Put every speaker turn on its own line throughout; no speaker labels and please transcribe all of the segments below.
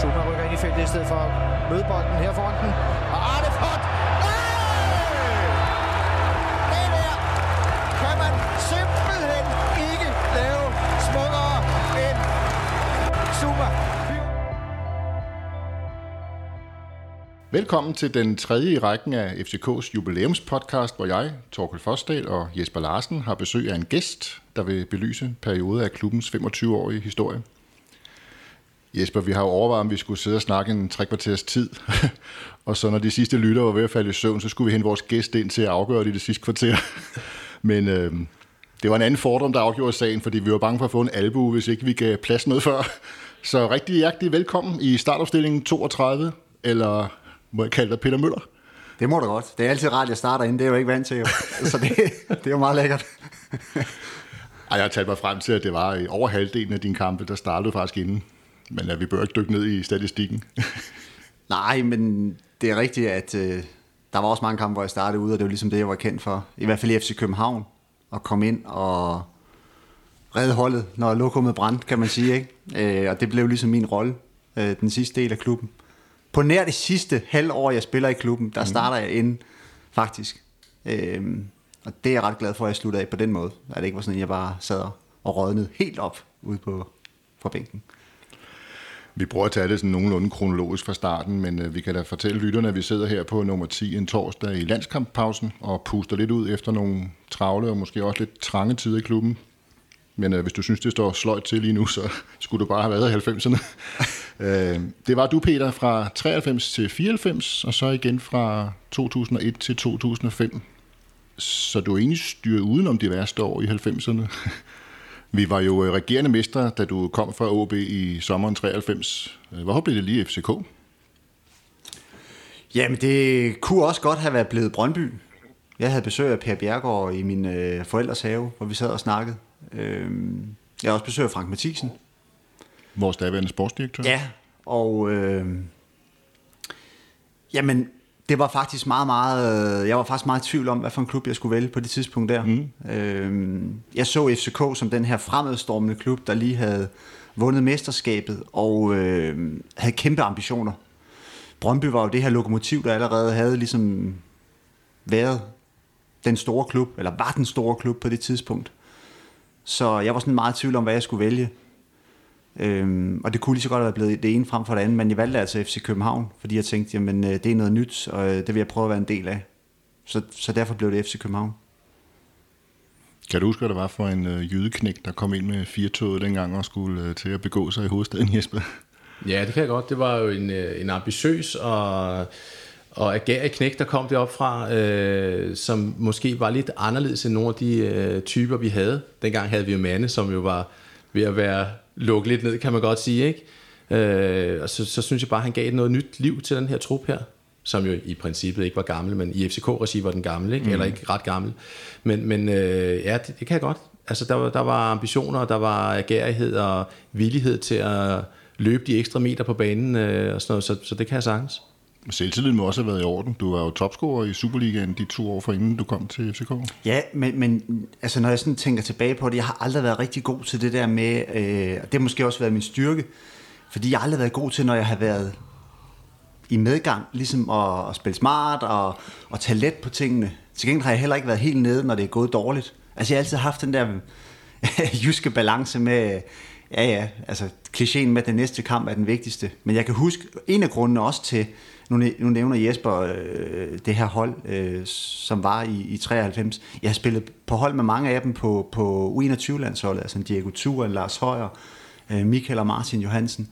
Zuma rykker ind i feltet i stedet for at møde bolden her foran den. Og Arne Font! Det der kan man simpelthen ikke lave smukkere end Zuma.
Velkommen til den tredje i rækken af FCK's jubilæumspodcast, hvor jeg, Torkel Forsdal og Jesper Larsen har besøg af en gæst, der vil belyse perioder af klubbens 25-årige historie. Jesper, vi har jo overvejet, om vi skulle sidde og snakke en 3 kvarters tid, og så når de sidste lytter var ved at falde i søvn, så skulle vi hente vores gæst ind til at afgøre det sidste kvarter. Men det var en anden fordom, der afgjorde sagen, fordi vi var bange for at få en albue, hvis ikke vi gav plads noget før. Så rigtig hjertelig velkommen i startopstillingen 32, eller må jeg kalde dig Peter Møller?
Det må du godt. Det er altid rart, jeg starter inden. Det er jo ikke vant til, jo. Så det er jo meget lækkert.
Jeg har talt mig frem til, at det var i over halvdelen af dine kampe, der startede faktisk inden. Men vi bør ikke dykke ned i statistikken.
Nej, men det er rigtigt, at der var også mange kampe, hvor jeg startede ude, og det var ligesom det, jeg var kendt for. I hvert fald i FC København. At komme ind og redde holdet, når lokummet brændte, kan man sige. Ikke? Og det blev ligesom min rolle, den sidste del af klubben. På nær det sidste halvår, jeg spiller i klubben, der starter jeg inden, faktisk. Og det er jeg ret glad for, at jeg sluttede af på den måde. At det ikke var sådan, at jeg bare sad og rådnede helt op ude på bænken.
Vi prøver at tage det sådan nogenlunde kronologisk fra starten, men vi kan da fortælle lytterne, at vi sidder her på nummer 10 en torsdag i landskamppausen og puster lidt ud efter nogle travle og måske også lidt trange tider i klubben. Men hvis du synes, det står sløjt til lige nu, så skulle du bare have været i 90'erne. Det var du, Peter, fra 93 til 94, og så igen fra 2001 til 2005. Så du er egentlig styret udenom de værste år i 90'erne. Vi var jo regerende mestre, da du kom fra OB i sommeren 93. Hvorfor blev det lige FCK? Jamen,
det kunne også godt have været blevet Brøndby. Jeg havde besøg af Per Bjergård i min forældres have, hvor vi sad og snakkede. Jeg har også besøg af Frank Mathisen.
Vores daværende sportsdirektør.
Ja, og jamen, det var faktisk meget, jeg var faktisk meget i tvivl om, hvad for en klub jeg skulle vælge på det tidspunkt der. Jeg så FCK som den her fremadstormende klub, der lige havde vundet mesterskabet og havde kæmpe ambitioner. Brøndby var jo det her lokomotiv, der allerede havde ligesom været den store klub, eller var den store klub på det tidspunkt. Så jeg var sådan meget i tvivl om, hvad jeg skulle vælge. Og det kunne lige så godt have blevet det ene frem for det andet, men jeg valgte altså FC København, fordi jeg tænkte, jamen det er noget nyt, og det vil jeg prøve at være en del af. Så derfor blev det FC København.
Kan du huske, hvad det var for en jydeknæk, der kom ind med 4-toget dengang og skulle til at begå sig i hovedstaden, Jesper?
Ja, det kan jeg godt. Det var jo en ambitiøs og agerig knæk, der kom derop fra, som måske var lidt anderledes end nogle af de typer, vi havde. Dengang havde vi jo Manne, som jo var ved at være lukket lidt ned, kan man godt sige, ikke? Og så synes jeg bare, han gav noget nyt liv til den her trup her, som jo i princippet ikke var gammel, men i FCK-regi var den gammel, ikke? Eller ikke ret gammel. Men ja, det kan jeg godt. Altså, der var ambitioner, og der var agerighed og villighed til at løbe de ekstra meter på banen, og sådan noget, så det kan jeg sagtens.
Selvtilliden må også have været i orden. Du var jo topscorer i Superligaen de 2 år forinden du kom til FCK.
Ja, men altså, når jeg sådan tænker tilbage på det, jeg har aldrig været rigtig god til det der med, og det har måske også været min styrke, fordi jeg har aldrig været god til, når jeg har været i medgang, ligesom at spille smart og tage let på tingene. Til gengæld har jeg heller ikke været helt nede, når det er gået dårligt. Altså, jeg har altid haft den der jyske balance med, ja, altså klichéen med, at den næste kamp er den vigtigste. Men jeg kan huske, en af grundene også til, nu nævner Jesper det her hold, som var i 93. Jeg har spillet på hold med mange af dem på U21-landsholdet, altså Diego Turen, Lars Højer, Michael og Martin Johansen.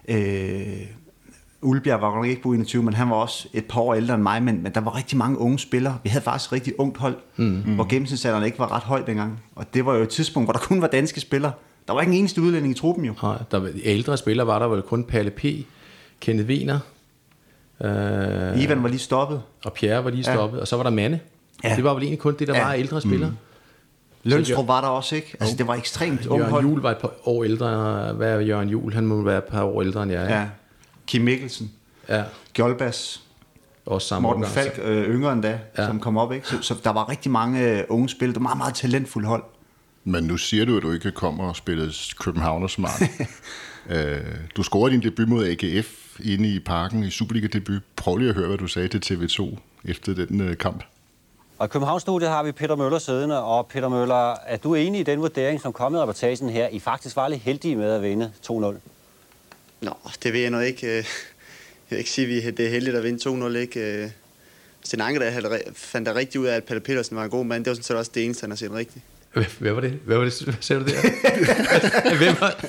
Ulbjerg var nok ikke på U21, men han var også et par år ældre end mig, men der var rigtig mange unge spillere. Vi havde faktisk et rigtig ungt hold, hvor gennemsnitsalderen ikke var ret høj dengang. Og det var jo et tidspunkt, hvor der kun var danske spillere. Der var ikke en eneste udlænding i truppen jo.
Nej, ældre spillere var der vel kun Palle P., Kenneth Wiener.
Ivan var lige stoppet.
Og Pierre var lige stoppet, ja. Og så var der Manne. Ja. Det var vel egentlig kun det, der var ældre spillere.
Lønstrup var der også, ikke? Altså, det var ekstremt ung hold.
Jørgen Juhl var et par år ældre. Hvad er Jørgen Juhl? Han må være et par år ældre end jeg.
Ja. Kim Mikkelsen. Ja. Gjolbas.
Også samme
Morten Falk, yngre end da, som kom op, ikke? Så der var rigtig mange unge spillere. Det var meget, meget talentfuldt hold.
Men nu siger du, at du ikke kommer og spille København og smart. Du scorede din debut mod AGF inde i Parken i Superliga-debut. Prøv lige at høre, hvad du sagde til TV2 efter den kamp.
Og i Københavnsstudiet har vi Peter Møller siddende, og Peter Møller, er du enig i den vurdering, som kom i reportagen her? I faktisk var lidt heldige med at vinde 2-0.
Nå, det vil jeg nok ikke. Jeg vil ikke sige, at det er heldigt at vinde 2-0. Ikke? Sten Ankerdal fandt der rigtig ud af, at Palle Petersen var en god mand. Det var sådan set også det eneste, han har set rigtigt.
Hvad var det? Hvad sagde du der? Hvem var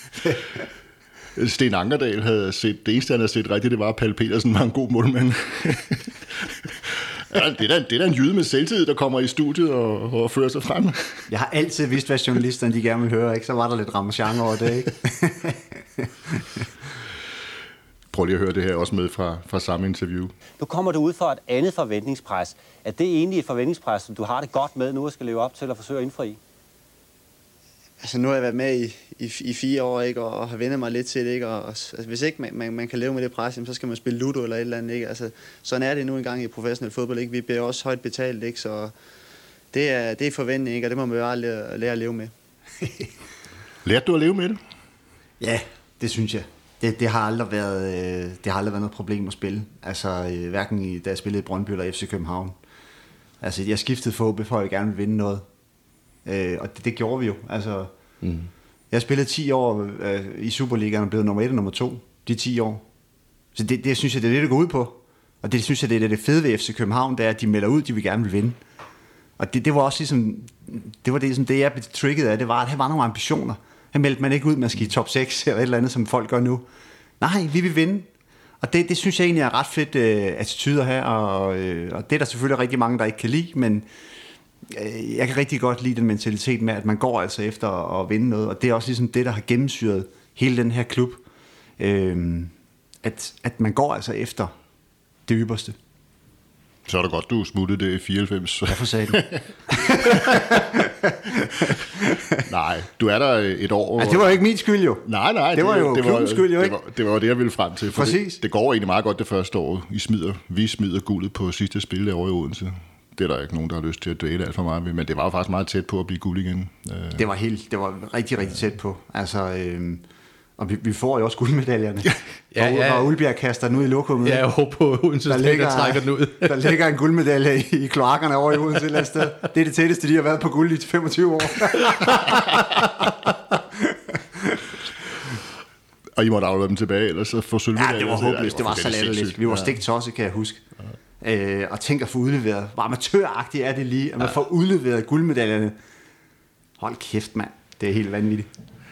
Sten Ankerdal havde set, det eneste, han havde set rigtigt, det var, at Palle Petersen var en god målmand. Ja, det er da en jyde med selvtid, der kommer i studiet og fører sig frem.
Jeg har altid vidst, hvad journalisterne de gerne vil høre, ikke? Så var der lidt ramachan over det, ikke?
Prøv lige at høre det her også med fra samme interview.
Nu kommer du ud for et andet forventningspres. Er det egentlig et forventningspres, som du har det godt med nu og skal leve op til at forsøge at indfri?
Altså nu har jeg været med i 4 år, ikke, og har vendt mig lidt til det, ikke, og altså, hvis ikke man kan leve med det pres, så skal man spille ludo eller et eller andet, ikke. Altså sådan er det nu engang i professionel fodbold, ikke. Vi bliver også højt betalt, ikke, så det er forventning, ikke, og det må man jo bare lære at leve med.
Lærte du at leve med det?
Ja, det synes jeg. Det har aldrig været noget problem at spille. Altså hverken da jeg spillede i Brøndby eller FC København. Altså jeg skiftede for OB, for at jeg gerne ville vinde noget. Og det gjorde vi jo. Altså, jeg spillede 10 år i Superligaen og blev nummer 1 og nummer 2. De 10 år. Så det synes jeg, det er det, det går ud på. Og det synes jeg, det er det fede ved FC København, det er, at de melder ud, de vil gerne vil vinde. Og det var også ligesom, det jeg blev trigget af, det var, at her var nogle ambitioner. Her meldte man ikke ud, man skal i top 6 eller et eller andet, som folk gør nu. Nej, vi vil vinde. Og det synes jeg egentlig er ret fedt attitude her, og det er der selvfølgelig rigtig mange, der ikke kan lide, men jeg kan rigtig godt lide den mentalitet med, at man går altså efter at vinde noget, og det er også ligesom det, der har gennemsyret hele den her klub, at man går altså efter det ypperste.
Så er det godt, du smuttede det i 94.
Hvorfor sagde du?
Nej, du er der et år.
Altså, det var jo ikke min skyld jo.
Nej,
det var jo klubbens skyld jo, ikke?
Det var det, jeg ville frem til.
Præcis.
Det går egentlig meget godt det første år. Vi smider guldet på sidste spil derovre i Odense. Det er der ikke nogen, der har lyst til at dvæle alt for meget ved, men det var jo faktisk meget tæt på at blive guld igen.
Det var rigtig, rigtig tæt på. Altså, og vi får jo også guldmedaljerne. Og Ulbjerg kaster den ud i lokummet.
Ja, jeg håber på Odense, der trækker den ud.
Der ligger en guldmedalje i kloakkerne over i Odense et eller andet sted. Det er det tætteste, de har været på guld i 25 år.
Og I måtte aflevere dem tilbage, ellers så få sølvmedaljer.
Ja, det var håbløst. Det var så latterligt. Vi var stik tosset, kan jeg huske. Og tænk at få udleveret. Hvor amatøragtigt er det lige, at man får udleveret guldmedaljerne. Hold kæft, mand. Det er helt vanvittigt.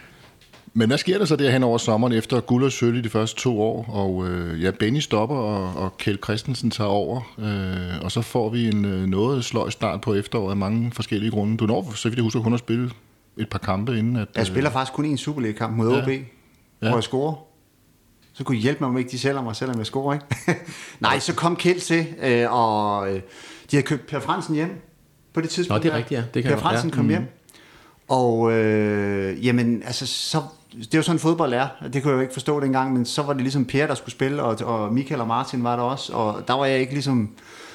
Men hvad sker der så der hen over sommeren efter guld og sølv i de første 2 år? Og Benny stopper, og Kjeld Christensen tager over. Og så får vi en noget sløj start på efteråret af mange forskellige grunde. Du når, så vidt jeg husker, kun at spille et par kampe inden.
Jeg spiller faktisk kun en Superliga-kamp mod OB, hvor jeg scorer. Så kunne I hjælpe mig, om ikke de sælger mig, selvom jeg scorer, ikke? Nej, så kom Kjeld til, og de havde købt Per Fransen hjem på det tidspunkt.
Nå, det er rigtigt, ja. Det kan
Per Fransen kom hjem. Og jamen, altså, så, det er jo sådan fodbold er, det kunne jeg jo ikke forstå dengang, men så var det ligesom Per, der skulle spille, og Michael og Martin var der også, og der var jeg ikke ligesom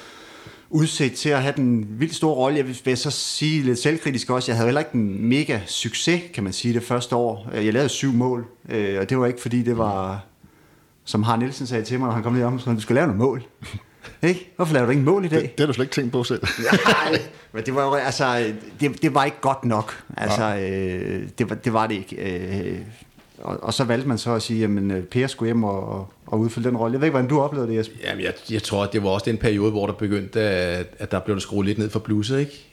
udset til at have den vildt store rolle. Jeg vil så sige lidt selvkritisk også, jeg havde heller ikke en mega succes, kan man sige, det første år. Jeg lavede 7 mål, og det var ikke fordi, det var, som Har Nielsen sagde til mig, når han kom lige om, så du skal lave noget mål. Ikke? Hvorfor laver du ikke mål i dag?
Det har du slet ikke tænkt på selv.
Nej, men det var jo, altså, det var ikke godt nok. Altså, det var det ikke. Og så valgte man så at sige, jamen Per skulle hjem og udfylde den rolle. Jeg ved ikke, hvordan du oplevede det, Jesper?
Jamen, jeg tror, at det var også den periode, hvor der begyndte, at der blev skruet lidt ned for blusset, ikke?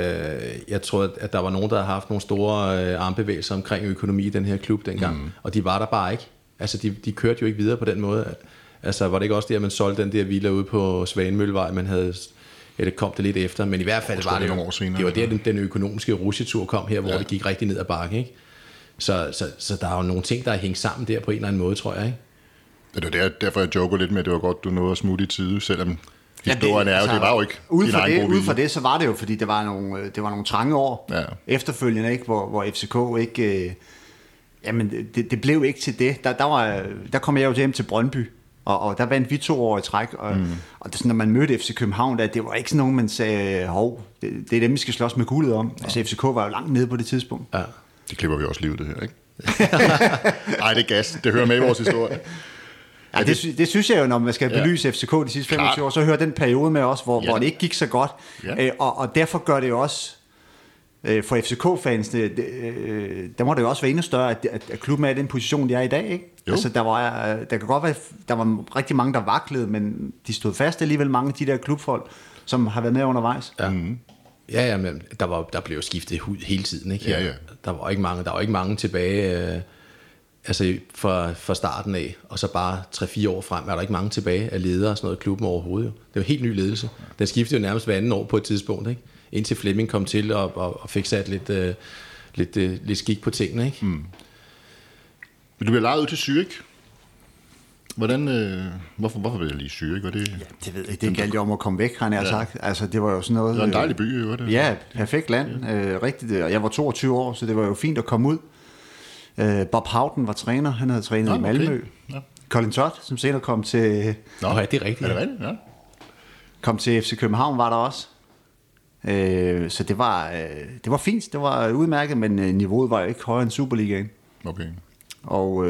Jeg tror, at der var nogen, der havde haft nogle store armbevægelser omkring økonomi i den her klub dengang, og de var der bare ikke. Altså, de kørte jo ikke videre på den måde. Altså, var det ikke også det, at man solgte den der villa ude på Svanemølvej, man havde... Ja, det kom det lidt efter, men i hvert fald var det jo... Det var der, den økonomiske rusjetur kom her, hvor det gik rigtig ned ad bakken, ikke? Så der er jo nogle ting, der er hængt sammen der på en eller anden måde, tror jeg, ikke?
Det er derfor, jeg joker lidt med, at det var godt, du nåede at smutte i tide, selvom historien er jo, det var jo ikke din egen gode vilje. Ude
for det, så var det jo, fordi det var nogle trange år efterfølgende, ikke? Hvor FCK ikke... jamen, det blev ikke til det. Der kom jeg jo hjem til Brøndby, Og der vandt vi 2 år i træk, og det, sådan, når man mødte FC København, det var ikke sådan nogen, man sagde, hov, det er dem, vi skal slås med guldet om. Altså FCK var jo langt nede på det tidspunkt.
Ja.
Det klipper vi også livet, det her, ikke? Nej, det er gas. Det hører med i vores historie.
Ja, det synes jeg jo, når man skal belyse FCK de sidste 25 år, så hører den periode med også, hvor det ikke gik så godt. Ja. Og derfor gør det jo også, for FCK-fans, der må det jo også være endnu større, at klubben er i den position, de er i dag, ikke? Altså, der kan godt være, der var rigtig mange, der vaklede, men de stod fast alligevel, mange af de der klubfolk, som har været med undervejs.
Ja. Ja, men der blev jo skiftet hele tiden, ikke?
Ja.
Der var ikke mange tilbage, altså fra starten af, og så bare 3-4 år frem, er der ikke mange tilbage af ledere og sådan noget i klubben overhovedet. Jo. Det var helt ny ledelse. Den skiftede jo nærmest hver anden år på et tidspunkt, ikke? Indtil Flemming kom til og fik sat lidt skik på tingene, ikke?
Men du bliver lejet ud til Zürich. Hvordan, hvorfor blev jeg lige Zürich? Var det?
Ja, det ved jeg. Det galt jo om at komme væk, har jeg sagt. Altså, det var jo sådan noget.
Det var en dejlig by, jo. Det.
Ja, perfekt land. Rigtigt. Jeg var 22 år, så det var jo fint at komme ud. Bob Houghton var træner. Han havde trænet i Malmø. Okay. Ja. Colin Todd, som senere kom til...
Nå, ja, det er rigtigt.
Er det rigtigt? Ja.
Kom til FC København, var der også. Så det var fint. Det var udmærket, men niveauet var jo ikke højere end Superligaen.
Okay.
Og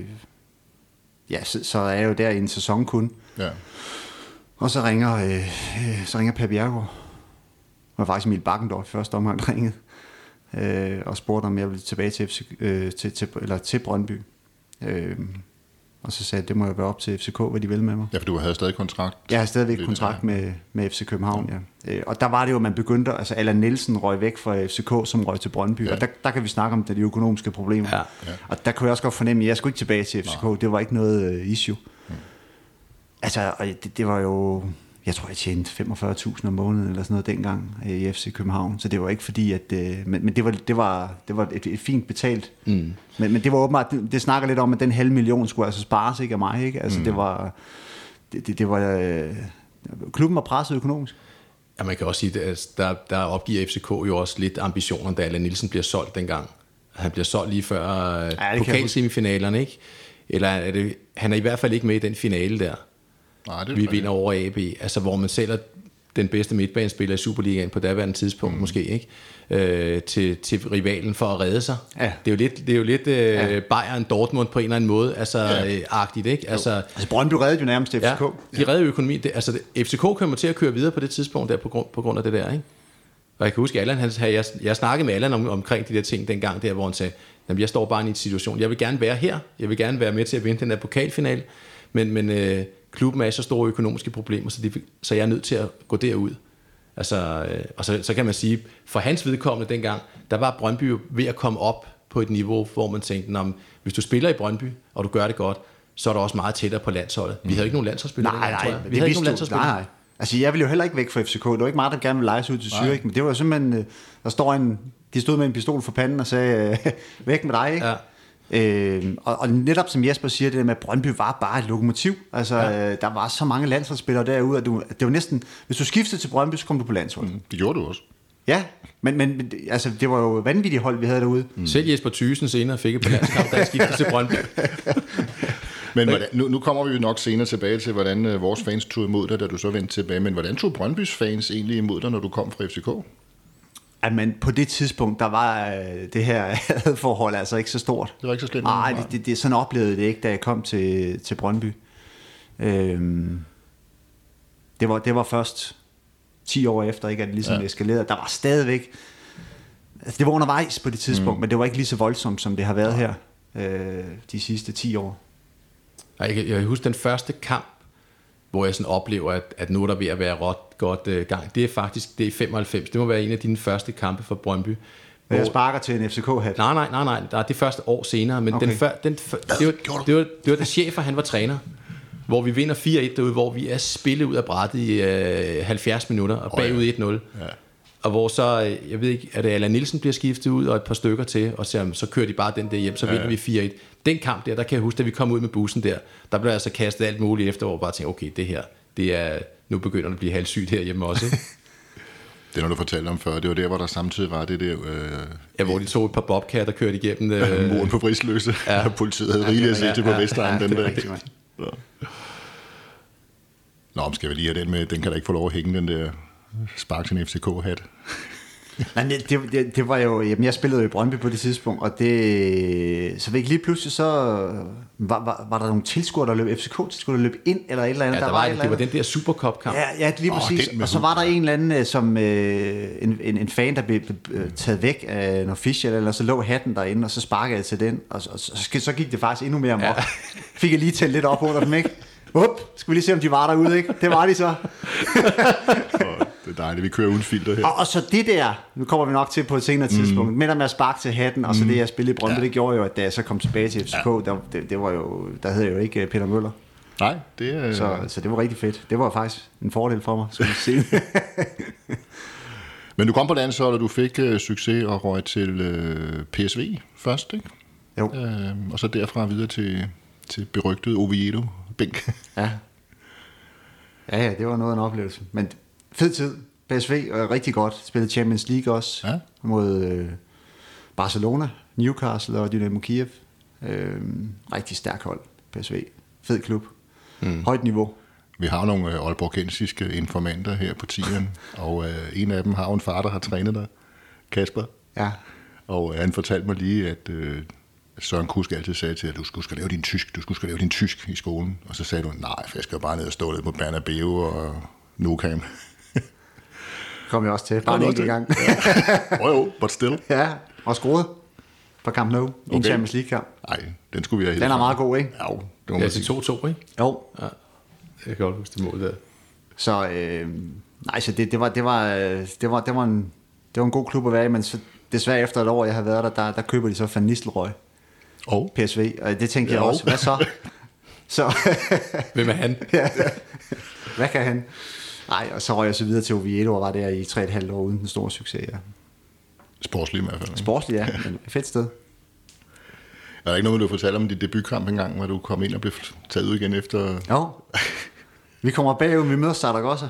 så er jeg jo der i en sæson kun. Ja. Og så ringer Per Bjerregaard. Det var faktisk Emil Bakkendorf i første omgang ringede. Og spurgte, om jeg ville tilbage til Brøndby. Og så sagde jeg, det må jeg være op til FCK, hvad de vil med mig.
Ja, for du havde stadig kontrakt.
Jeg havde stadigvæk kontrakt med FC København, ja. Og der var det jo, man begyndte, altså Allan Nielsen røg væk fra FCK, som røg til Brøndby. Ja. Og der kan vi snakke om de økonomiske problemer. Ja. Ja. Og der kunne jeg også godt fornemme, at jeg skulle ikke tilbage til FCK. Nej. Det var ikke noget issue. Altså, og det var jo... Jeg tror, jeg tjente 45.000 om måneden eller sådan noget dengang i FC København. Så det var ikke fordi, at... Men det var et fint betalt. Men det var åbenbart... Det snakker lidt om, at den 500.000 skulle altså spares, ikke af mig, ikke? Altså, det var... Klubben var presset økonomisk.
Ja, man kan også sige, at der opgiver FCK jo også lidt ambitioner, da Allan Nielsen bliver solgt dengang. Han bliver solgt lige før pokalsemifinalerne, ikke? Eller han er i hvert fald ikke med i den finale der. Nej, vi vinder over AB, altså hvor man sælger den bedste midtbanespiller i Superligaen på daværende tidspunkt måske, ikke? Til rivalen for at redde sig. Ja. Det er jo lidt Bayern Dortmund på en eller anden måde, altså agtigt, ikke? Altså
Brøndby reddede jo nærmest FCK.
Ja, de reddede økonomien. FCK kommer til at køre videre på det tidspunkt der på grund af det der, ikke? Og jeg kan huske, Allan, jeg snakkede med Allan omkring de der ting dengang der, hvor han sagde, jamen, jeg står bare i en situation, jeg vil gerne være her, jeg vil gerne være med til at vinde den der pokalfinale, men klubben er i så store økonomiske problemer, så jeg er nødt til at gå derud. Altså, og så kan man sige, for hans vedkommende dengang, der var Brøndby ved at komme op på et niveau, hvor man tænkte, hvis du spiller i Brøndby, og du gør det godt, så er du også meget tættere på landsholdet. Vi havde ikke nogen landsholdsspillere.
Nej, vi havde ikke nogen landsholdsspillere. Nej. Altså, jeg ville jo heller ikke væk fra FCK. Det var ikke meget, der gerne ville lejes ud til Zürich, men det var simpelthen, de stod med en pistol for panden og sagde, væk med dig, ikke? Ja. Og netop som Jesper siger, det der med, at Brøndby var bare et lokomotiv. Altså, der var så mange landsholdsspillere derude, at det var næsten, hvis du skiftede til Brøndby, så kom du på landshold.
Det gjorde du også. Ja,
men altså, det var jo vanvittigt hold, vi havde derude.
Selv Jesper Thyssen senere fik et på landskamp, da jeg skiftede til Brøndby.
Men nu kommer vi jo nok senere tilbage til, hvordan vores fans tog imod dig, da du så vendte tilbage. Men hvordan tog Brøndbys fans egentlig imod dig, når du kom fra FCK?
Men på det tidspunkt, der var det her forhold altså ikke så stort.
Det var ikke så slemt?
Nej, det sådan oplevede det ikke, da jeg kom til Brøndby. Det var først 10 år efter, ikke, at det ligesom eskalerede. Der var stadigvæk... Altså, det var undervejs på det tidspunkt, men det var ikke lige så voldsomt, som det har været her de sidste 10 år.
Jeg husker den første kamp, hvor jeg sådan oplever, at nu er der ved at være råt godt gang. Det er faktisk, det er 95. Det må være en af dine første kampe for Brøndby.
Hvor jeg sparker til en FCK-hat.
Nej. Det er det første år senere. Men okay. Det var da Schäfer, han var træner. Hvor vi vinder 4-1 derude, hvor vi er spillet ud af brættet i 70 minutter og bagud 1-0. Ja. Og hvor så, jeg ved ikke, at Allan Nielsen bliver skiftet ud og et par stykker til, og så kører de bare den der hjem, så vinder vi 4-1. Den kamp der kan jeg huske, da vi kom ud med bussen der blev altså kastet alt muligt efter, hvor bare tænkte, okay, det her, det er, nu begynder det at blive halvsygt herhjemme også, ikke?
Det er noget, du fortalte om før. Det var der, hvor der samtidig var det der...
hvor de tog et par bobcat, der kørte igennem...
muren på Frisløse. Ja. Politiet havde rigeligt at se til på Vestegnen den dag. Nå, skal vi lige have den med, den kan da ikke få lov at hænge, den der spark til en FCK-hat.
Nej, det var jo... Jamen, jeg spillede jo i Brøndby på det tidspunkt, og det... Så lige pludselig så... Var der nogle tilskuere, der løb FCK-tilskuere, der løb ind, eller et eller andet?
Ja, det var den der Supercup-kamp.
Ja, lige præcis. Og så var der en eller anden, som en fan, der blev taget væk af en official, eller så lå hatten derinde, og så sparkede jeg til den, og så gik det faktisk endnu mere amok. Fik jeg lige talt lidt op under dem, ikke? Skal vi lige se, om de var derude, ikke? Det var de så.
Det er dejligt, vi kører uden filter her.
Og så det der, nu kommer vi nok til på et senere tidspunkt, med at sparke til hatten, og så det, jeg spillede i Brøndby, det gjorde jo, at da jeg så kom tilbage til FCK, det var jo, der hed jeg jo ikke Peter Møller.
Nej, det er...
Så det var rigtig fedt. Det var faktisk en fordel for mig, skulle jeg sige.
Men du kom på landsholdet, og du fik succes og røg til PSV først, ikke?
Jo.
Og så derfra videre til berygtet Oviedo Bænk.
Ja, det var noget af en oplevelse. Men fed tid. PSV er rigtig godt. Spillede Champions League også mod Barcelona, Newcastle og Dynamo Kiev. Rigtig stærk hold, PSV. Fed klub. Højt niveau.
Vi har nogle aalborgensiske informanter her på tieren, og en af dem har jo en far, der har trænet dig, Kasper.
Ja.
Og han fortalte mig lige, at Søren Kusk altid sagde til, at du skulle lave din tysk i skolen. Og så sagde du, nej, for jeg skal jo bare ned og stå lidt på Bernabeu og Nou-Camp.
Kom jeg også til. Bare en enkelt gang.
Jo, but still.
Ja, og skruet på Camp Nou. En Champions League-kamp.
Nej, den skulle vi have.
Den er meget god, ikke?
Ja, det var
til 2-2, ikke?
Jo.
Ja. Jeg kan godt huske det mål der.
Så, så det var en god klub at være i, men så, desværre efter et år, jeg har været der køber de så Van Nistelrooy. PSV, og det tænkte jeg også. Hvad så?
Hvem er han?
Hvad kan han? Nej, og så røg jeg så videre til Oviedo og var der i 3,5 år uden den store succes. Ja.
Sportsligt i hvert fald.
Sportsligt, ja. Men et fedt sted.
Er der ikke noget, du fortalte om dit debutkamp engang, hvor du kom ind og blev taget ud igen efter...
Jo. Vi kommer bagud, vi møder Zaragoza.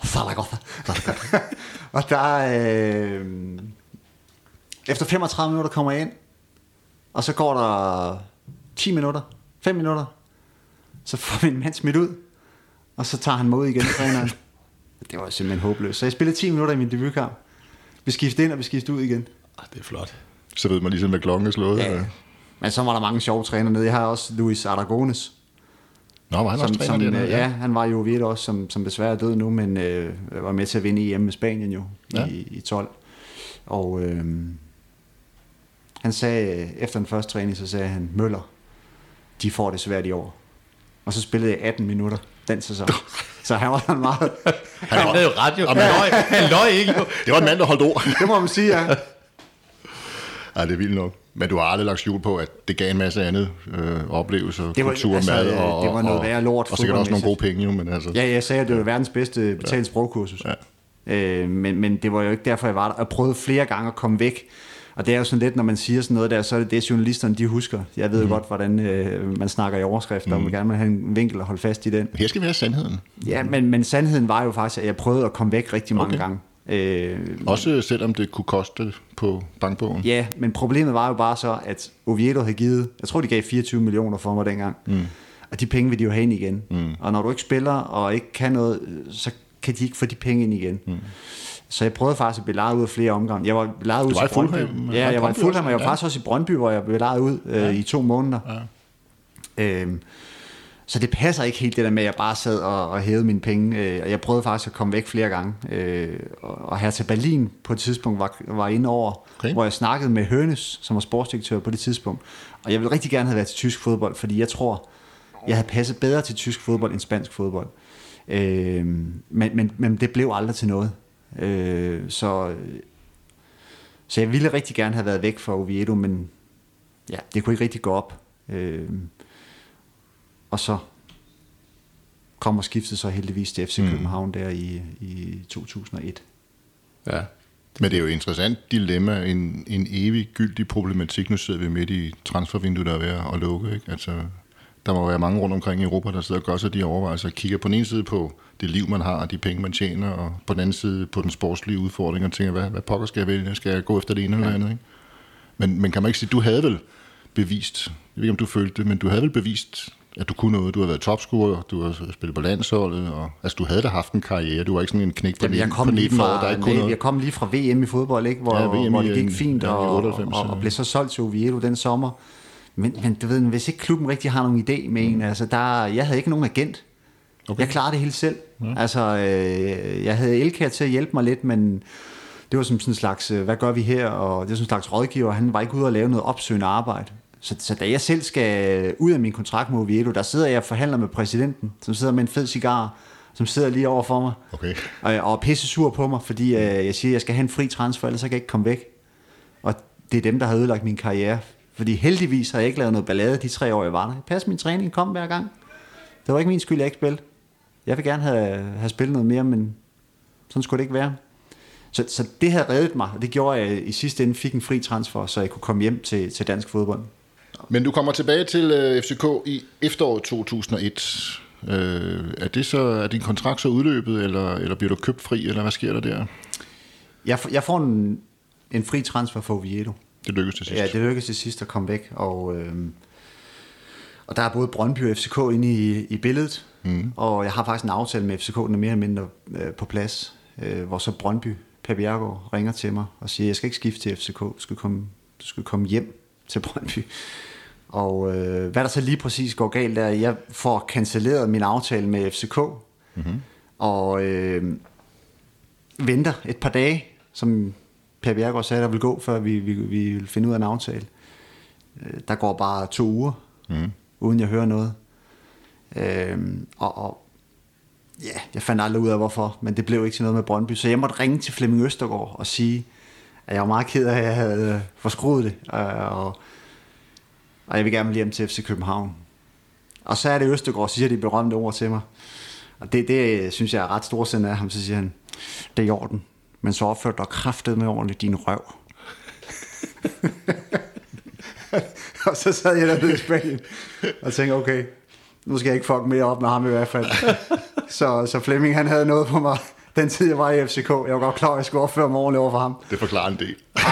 Og der... efter 35 minutter kommer jeg ind, og så går der 10 minutter, 5 minutter, så får min mand smidt ud, og så tager han mig ud igen, træneren. Det var simpelthen håbløst. Så jeg spillede 10 minutter i min debutkamp. Vi skiftede ind, og vi skiftede ud igen.
Det er flot.
Så ved man ligesom, hvad klokken er slået.
Ja. Men så var der mange sjove træner nede. Jeg har også Luis Aragones.
Nå, var han også træner dernede?
Ja, han var jo Oviedo også, som desværre er død nu, men var med til at vinde EM med Spanien jo, i 12. Og han sagde, efter den første træning, så sagde han, Møller, de får det svært i år. Og så spillede jeg 18 minutter den sæson. Så han var sådan meget...
Han havde jo ret jo. Han løg ikke jo.
Det var en mand, der holdt ord.
Det må man sige, ja.
Ej, det er vildt nok. Men du har aldrig lagt skjul på, at det gav en masse andet oplevelser, kultur,
altså,
mad og...
det var noget værre lort.
Og sikkert også nogle gode penge jo, men altså...
Ja, jeg sagde, at det var verdens bedste betalt sprogkursus. Ja. Men det var jo ikke derfor, jeg var der. Jeg prøvede flere gange at komme væk. Og det er jo sådan lidt, når man siger sådan noget der, så er det journalisterne, de husker. Jeg ved jo godt, hvordan man snakker i overskrifter, og man gerne vil have en vinkel og holde fast i den.
Her skal vi have sandheden.
Ja, men sandheden var jo faktisk, at jeg prøvede at komme væk rigtig mange gange.
Også selvom det kunne koste på bankbogen?
Ja, men problemet var jo bare så, at Oviedo havde givet, jeg tror de gav 24 millioner for mig dengang, og de penge vil de jo have ind igen. Og når du ikke spiller og ikke kan noget, så kan de ikke få de penge ind igen. Så jeg prøvede faktisk at blive lejet ud af flere omgange. Jeg var lejet ud til Brøndby. Ja, jeg var i Fulham, og jeg var faktisk også i Brøndby, hvor jeg blev lejet ud i 2 måneder. Ja. Så det passer ikke helt det der med, at jeg bare sad og hævede mine penge. Jeg prøvede faktisk at komme væk flere gange. Og her til Berlin på et tidspunkt var inde over, hvor jeg snakkede med Hønes, som var sportsdirektør på det tidspunkt. Og jeg ville rigtig gerne have været til tysk fodbold, fordi jeg tror, jeg havde passet bedre til tysk fodbold end spansk fodbold. Men det blev aldrig til noget. Så jeg ville rigtig gerne have været væk fra Oviedo, men ja, det kunne ikke rigtig gå op. Og så kom og skiftede så heldigvis til FC København der i 2001.
Ja. Men det er jo et interessant dilemma, en evig gyldig problematik. Nu sidder vi midt i transfervinduet, der er ved at lukke, ikke? Altså, der må være mange rundt omkring i Europa, der sidder og gør sig de overvejelser og kigger på den ene side på det liv, man har, og de penge, man tjener, og på den anden side på den sportslige udfordring, og tænker, hvad pokker skal jeg vælge? Skal jeg gå efter det ene eller andet? Ikke? Men kan man ikke sige, du havde vel bevist, jeg ved ikke, om du følte det, men du havde vel bevist at du kunne noget. Du har været topscorer, du har spillet på landsholdet, og altså, du havde da haft en karriere. Du var ikke sådan en knæk på 19 år, der ikke kunne noget.
Jeg kom lige fra VM i fodbold, ikke? Hvor det gik fint, og blev så solgt til Oviedo den sommer. Men du ved, hvis ikke klubben rigtig har nogen idé med en, altså jeg havde ikke nogen agent. Okay. Jeg klarede det helt selv. Ja. Altså, jeg havde Elkær til at hjælpe mig lidt, men det var som sådan en slags, hvad gør vi her? Og det var sådan en slags rådgiver, han var ikke ude og lave noget opsøgende arbejde. Så da jeg selv skal ud af min kontrakt med Oviedo, der sidder jeg og forhandler med præsidenten, som sidder med en fed cigar, som sidder lige over for mig,
okay.
og er pisse sur på mig, fordi jeg siger, at jeg skal have en fri transfer, ellers så kan jeg ikke komme væk. Og det er dem, der har ødelagt min karriere. Fordi heldigvis har jeg ikke lavet noget ballade de 3 år, jeg var der. Pas min træning, kom hver gang. Det var ikke min skyld, jeg ikke spillede. Jeg vil gerne have spillet noget mere, men sådan skulle det ikke være. Så det havde reddet mig, og det gjorde, at jeg i sidste ende fik en fri transfer, så jeg kunne komme hjem til dansk fodbold.
Men du kommer tilbage til FCK i efteråret 2001. Er din kontrakt så udløbet, eller bliver du købt fri, eller hvad sker der der?
Jeg får en fri transfer for Oviedo.
Det lykkedes til sidst.
Ja, det lykkedes til sidst at komme væk, og der er både Brøndby og FCK inde i billedet, og jeg har faktisk en aftale med FCK, den er mere eller mindre på plads, hvor så Brøndby, Per Bjerregaard, ringer til mig og siger, jeg skal ikke skifte til FCK, du skal komme hjem til Brøndby. Og hvad der så lige præcis går galt, er, at jeg får cancelleret min aftale med FCK, og venter et par dage, som Per Bjerregaard sagde, der vil gå, før vi vil finde ud af en aftale. Der går bare 2 uger, uden jeg hører noget. Ja, jeg fandt aldrig ud af, hvorfor, men det blev ikke til noget med Brøndby. Så jeg måtte ringe til Flemming Østergaard og sige, at jeg var meget ked af, at jeg havde forskruet det, og jeg vil gerne hjem til FC København. Og så er det Østergaard, siger de berømte ord til mig. Og det synes jeg er ret storsindet af ham. Så siger han, det er i orden, men så opførte dig kraftedeme ordentligt din røv. Og så sad jeg dernede i Spanien og tænkte, okay, nu skal jeg ikke fuck mere op med ham i hvert fald. Så Flemming, han havde noget på mig den tid, jeg var i FCK. Jeg var godt klar, at jeg skulle opføre mig ordentligt over for ham.
Det forklarer en del.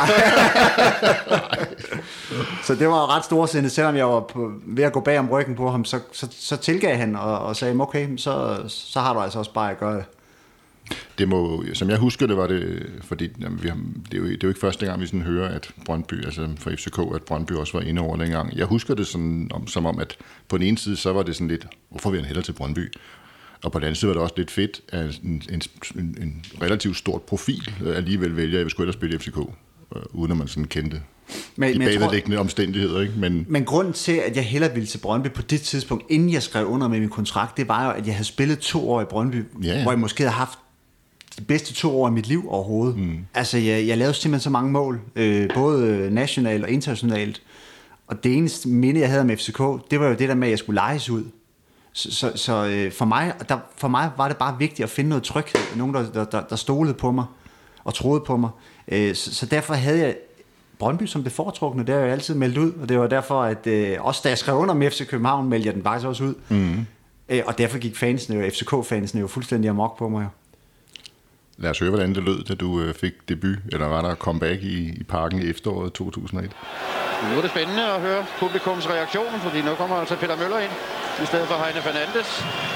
Så det var ret storsindet, selvom jeg var ved at gå bag om ryggen på ham, så tilgav han og sagde, okay, så har du altså også bare at gøre det.
Det må, som jeg husker det, var det, fordi jamen, det er jo ikke første gang, vi sådan hører, at Brøndby, altså for FCK, at Brøndby også var inde over dengang. Jeg husker det sådan, som om, at på den ene side, så var det sådan lidt, hvorfor vil han hellere til Brøndby? Og på den anden side var det også lidt fedt, at en relativt stort profil alligevel vælger, at jeg skulle ellers spille FCK, uden at man sådan kendte de bagvedliggende omstændigheder. Ikke? Men
grunden til, at jeg hellere ville til Brøndby på det tidspunkt, inden jeg skrev under med min kontrakt, det var jo, at jeg havde spillet 2 år i Brøndby, hvor jeg måske havde haft de bedste 2 år i mit liv overhovedet. Altså, jeg lavede simpelthen så mange mål, både nationalt og internationalt, og det eneste minde, jeg havde med FCK, det var jo det der med, at jeg skulle lejes ud. Så for mig var det bare vigtigt at finde noget tryghed, nogen, der stolede på mig og troede på mig. Så derfor havde jeg Brøndby som det foretrukne, det har jeg altid meldt ud, og det var derfor, at også da jeg skrev under med FC København, meldte jeg den faktisk også ud. Og derfor gik fansene, FCK-fansene jo fuldstændig amok på mig.
Lad os høre, hvordan det lød, da du fik debut, eller var der comeback i Parken i efteråret 2001.
Nu er det spændende at høre publikums reaktion, fordi nu kommer altså Peter Møller ind, i stedet for Heine Fernandes.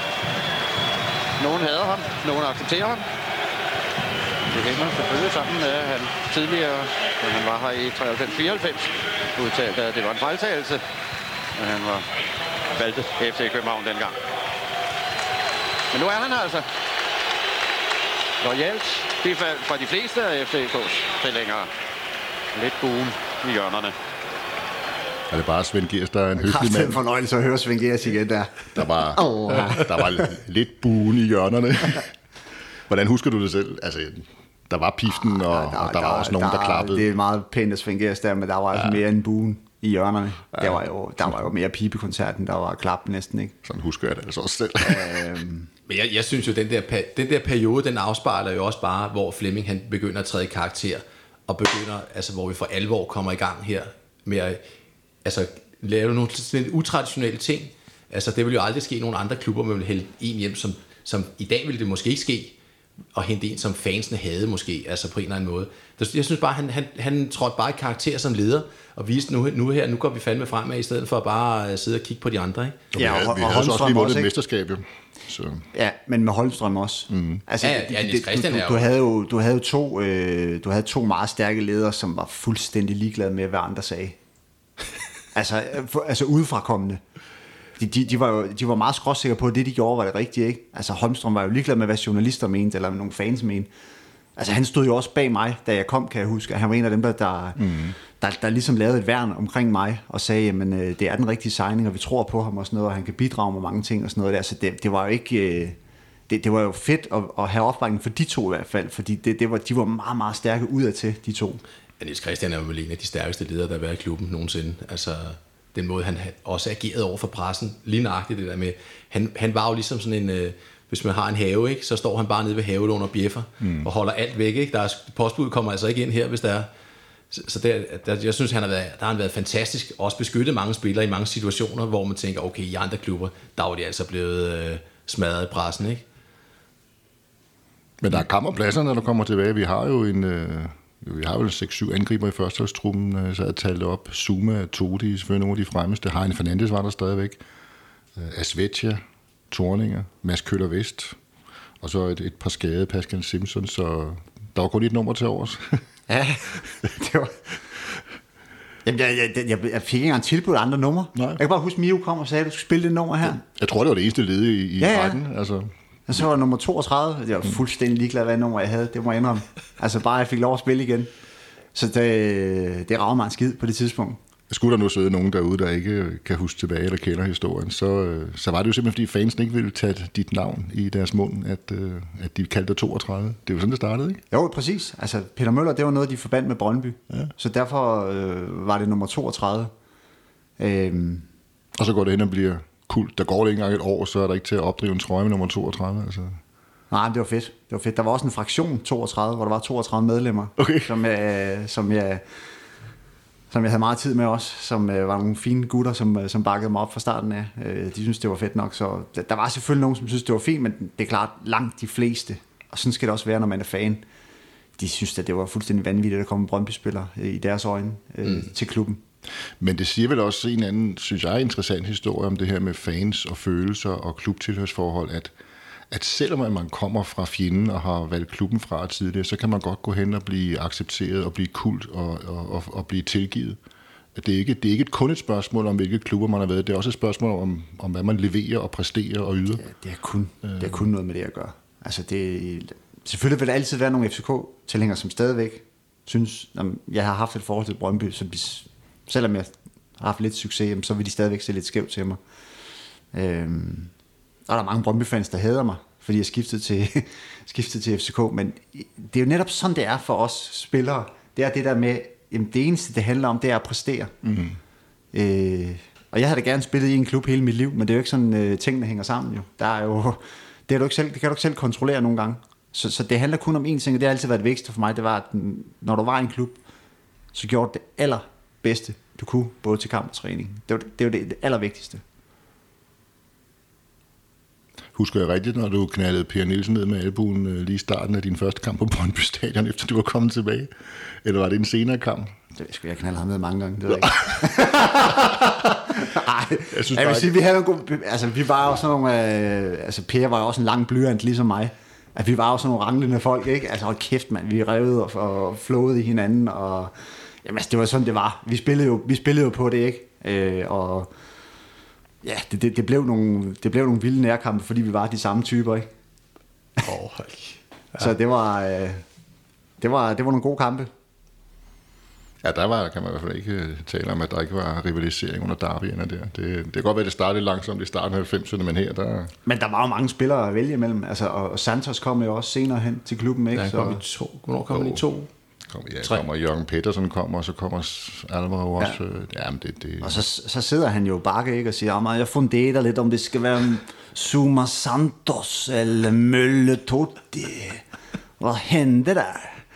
Nogen hader ham, nogen accepterer ham. Det hænger selvfølgelig sammen med, at han tidligere, da han var her i 93-94, udtalte, at det var en fejltagelse, at han var valgt FC København dengang. Men nu er han altså loyalt bifald fra de fleste af FCK's tilhængere. Lidt buen i hjørnerne.
Er det bare Svend Gers, der er en høflig mand?
Det er en fornøjelse at høre Svend Gers igen der.
Der var lidt buen i hjørnerne. Hvordan husker du det selv? Altså, der var piften, og der var også nogen, der klappede. Det
er meget pænt at Svend Gers der, men der var altså mere end buen i hjørnerne. Ja. Der var jo mere pibekoncerten, der var klap næsten, ikke?
Sådan husker jeg det altså også selv.
Men jeg synes jo, den der periode, den afspejler jo også bare, hvor Flemming han begynder at træde i karakter, og begynder, altså hvor vi for alvor kommer i gang her med at lave nogle sådan utraditionelle ting. Altså det vil jo aldrig ske nogen andre klubber, man vil hælde en hjem, som i dag ville det måske ikke ske, at hente en, som fansene havde måske, altså på en eller anden måde. Jeg synes bare, han trådte bare i karakter som leder, og viste nu går vi fandme fremad, i stedet for at bare sidde og kigge på de andre, ikke?
Ja, vi havde også lige vundet et mesterskab, jo. Så.
Ja, men med Holmstrøm også. Altså,
Niels Christian
du havde to meget stærke ledere, som var fuldstændig ligeglade med, hvad andre sagde. altså udefrakommende. De var meget skråsikre på, at det de gjorde var det rigtige, ikke? Altså Holmstrøm var jo ligeglad med, hvad journalister mente, eller nogle fans mente. Altså han stod jo også bag mig, da jeg kom, kan jeg huske. Han var en af dem, der ligesom lavede et værn omkring mig, og sagde, jamen det er den rigtige signing, og vi tror på ham og sådan noget, og han kan bidrage med mange ting og sådan noget der. Så det var jo ikke... Det var jo fedt at have opbakning for de to i hvert fald, fordi de var meget, meget stærke udadtil, de to.
Ja, Niels Christian er jo vel en af de stærkeste ledere, der har været i klubben nogensinde. Altså den måde, han også agerede over for pressen, lige nøjagtigt det der med, han var jo ligesom sådan en... Hvis man har en have, ikke, så står han bare nede ved havelån og bjeffer og holder alt væk. Ikke? Postbuddet kommer altså ikke ind her, hvis der er. Så jeg synes, der har han været fantastisk. Også beskyttet mange spillere i mange situationer, hvor man tænker, okay, i andre klubber, der var de altså blevet smadret i pressen. Ikke?
Men der er kammerpladser, når du kommer tilbage. Vi har jo vi har vel 6-7 angriber i førsteholdstruppen, så jeg talte op. Zuma, Todi, selvfølgelig nogle af de fremmeste. Hein Fernandes var der stadigvæk. Asvetia, Thorninger, Mads Køller Vest, og så et par skadede, Pascal Simpson, så der var kun et nummer til overs.
Ja, det var... Jamen, jeg fik ikke engang tilbudt andre numre. Nej. Jeg kan bare huske, Mio kom og sagde, at du skulle spille det nummer her.
Jeg tror, det var det eneste led i rækken. Altså.
Og så var nummer 32. Jeg var fuldstændig ligeglad, hvad nummer jeg havde. Det må jeg indrømme. Altså bare, jeg fik lov at spille igen. Så det rager mig en skid på det tidspunkt.
Skulle der nu sidde nogen derude, der ikke kan huske tilbage eller kender historien, så var det jo simpelthen, fordi fansen ikke ville tage dit navn i deres mund, at de kaldte dig 32. Det er jo sådan, det startede, ikke?
Jo, præcis. Altså, Peter Møller, det var noget, de forbandt med Brøndby. Ja. Så derfor var det nummer 32.
Og så går det hen og bliver kult. Der går det ikke engang et år, så er der ikke til at opdrive en trøje med nummer 32. Altså.
Nej, det var fedt. Der var også en fraktion 32, hvor der var 32 medlemmer, okay. som jeg havde meget tid med også, som var nogle fine gutter, som bakkede mig op fra starten af. De synes det var fedt nok, så der var selvfølgelig nogen, som synes det var fint, men det er klart langt de fleste, og sådan skal det også være, når man er fan. De synes, at det var fuldstændig vanvittigt at komme Brøndby-spillere i deres øjne til klubben.
Men det siger vel også en anden, synes jeg, interessant historie om det her med fans og følelser og klubtilhørsforhold, at selvom man kommer fra fjenden og har valgt klubben fra tidligere, så kan man godt gå hen og blive accepteret og blive kult og blive tilgivet. Det er ikke kun et spørgsmål om, hvilke klubber man har været. Det er også et spørgsmål om hvad man leverer og præsterer og yder.
Ja, det er kun noget med det at gøre. Altså selvfølgelig vil der altid være nogle FCK-tilhængere, som stadigvæk synes, at jeg har haft et forhold til Brøndby, så selvom jeg har haft lidt succes, så vil de stadigvæk se lidt skævt til mig. Og der er mange Brøndby-fans, der hader mig, fordi jeg skiftede til FCK, men det er jo netop sådan, det er for os spillere. Det er det der med, jamen det eneste, det handler om, det er at præstere. Mm-hmm. Og jeg havde da gerne spillet i en klub hele mit liv, men det er jo ikke sådan, tingene hænger sammen jo. Det kan du ikke selv kontrollere nogle gange. Så det handler kun om én ting, og det har altid været det vigtigste for mig, det var, at når du var i en klub, så gjorde det allerbedste, du kunne, både til kamp og træning. Det var det allervigtigste.
Husker jeg rigtigt, når du knaldede Per Nielsen ned med albuen lige i starten af din første kamp på Brøndby Stadion, efter du var kommet tilbage? Eller var det en senere kamp?
Det skulle jeg knalde ham ned mange gange, det ved jeg ikke. Jeg vil sige, vi havde en god... Altså, vi var jo sådan nogle... altså, Per var jo også en lang blyant, ligesom mig. At vi var jo sådan nogle ranglende folk, ikke? Altså, hold kæft, mand. Vi revede og flowede i hinanden, og... Jamen, altså, det var sådan, det var. Vi spillede jo på det, ikke? Og... Ja, det blev nogle vilde nærkampe, fordi vi var de samme typer, ikke?
Ja.
Så det var nogle gode kampe.
Ja, kan man i hvert fald ikke tale om, at der ikke var rivalisering under derbyerne der. Det kan godt være, at det startede langsomt i starten af 90'erne, men her der...
Men der var jo mange spillere at vælge imellem, altså, og Santos kom jo også senere hen til klubben, ikke?
Ja, hvornår kom han i 2?
Kommer Jørgen Petersen og så kommer Alvaro også. Ja, men det.
Og så sidder han jo bakke, ikke, og siger, jeg funderer lidt, om det skal være Zuma Santos eller Mølle Totti. Hvad hände der?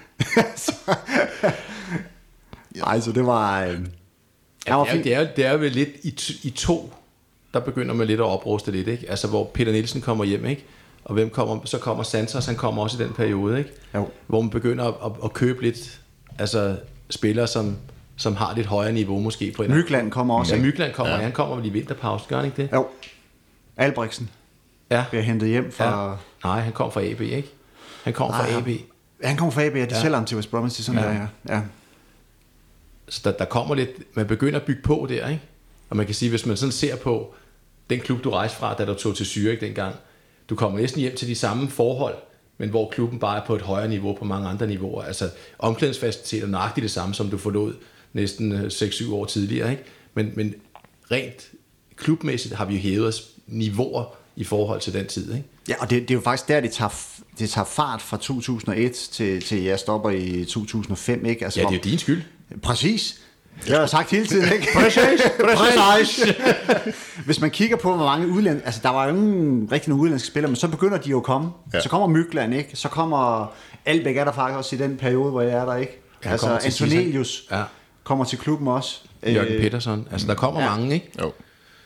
Altså, det var...
Det er vel lidt i 2, der begynder man lidt at opruste lidt, ikke? Altså, hvor Peter Nielsen kommer hjem, ikke? Og så kommer Santos, han kommer også i den periode, ikke?
Jo.
Hvor man begynder at købe lidt, altså spillere, som har lidt højere niveau måske. På
Mykland kommer også.
Ja, Mykland kommer, han kommer vel i vinterpause, gør han ikke det?
Jo. Albrechtsen bliver hentet hjem fra...
Ja. Nej, han kom fra AB, ikke? Han kom fra AB.
Han kommer fra AB, ja, de sælger ham til West Bromwich, det sådan der, ja.
Så der kommer lidt, man begynder at bygge på der, ikke? Og man kan sige, hvis man sådan ser på den klub, du rejste fra, da du tog til Zürich dengang, du kommer næsten hjem til de samme forhold, men hvor klubben bare er på et højere niveau på mange andre niveauer. Altså omklædningsfaciliteter er nøjagtigt det samme, som du forlod næsten 6-7 år tidligere, ikke? Men rent klubmæssigt har vi jo hævet os niveauer i forhold til den tid, ikke?
Ja, og det er jo faktisk der, det tager fart fra 2001 til jeg stopper i 2005, ikke? Altså,
ja, det er jo din skyld.
Præcis. Det har jeg sagt hele tiden, ikke?
Præcis.
Hvis man kigger på, hvor mange udlændinge... Altså, der var jo ingen rigtig nogle udlandske spillere, men så begynder de jo at komme. Ja. Så kommer Mykland, ikke? Så kommer Albæk er der faktisk også i den periode, hvor jeg er der, ikke? Ja, altså, Antonelius kommer til klubben også.
Jørgen Petersen. Altså, der kommer mange, ikke?
Jo.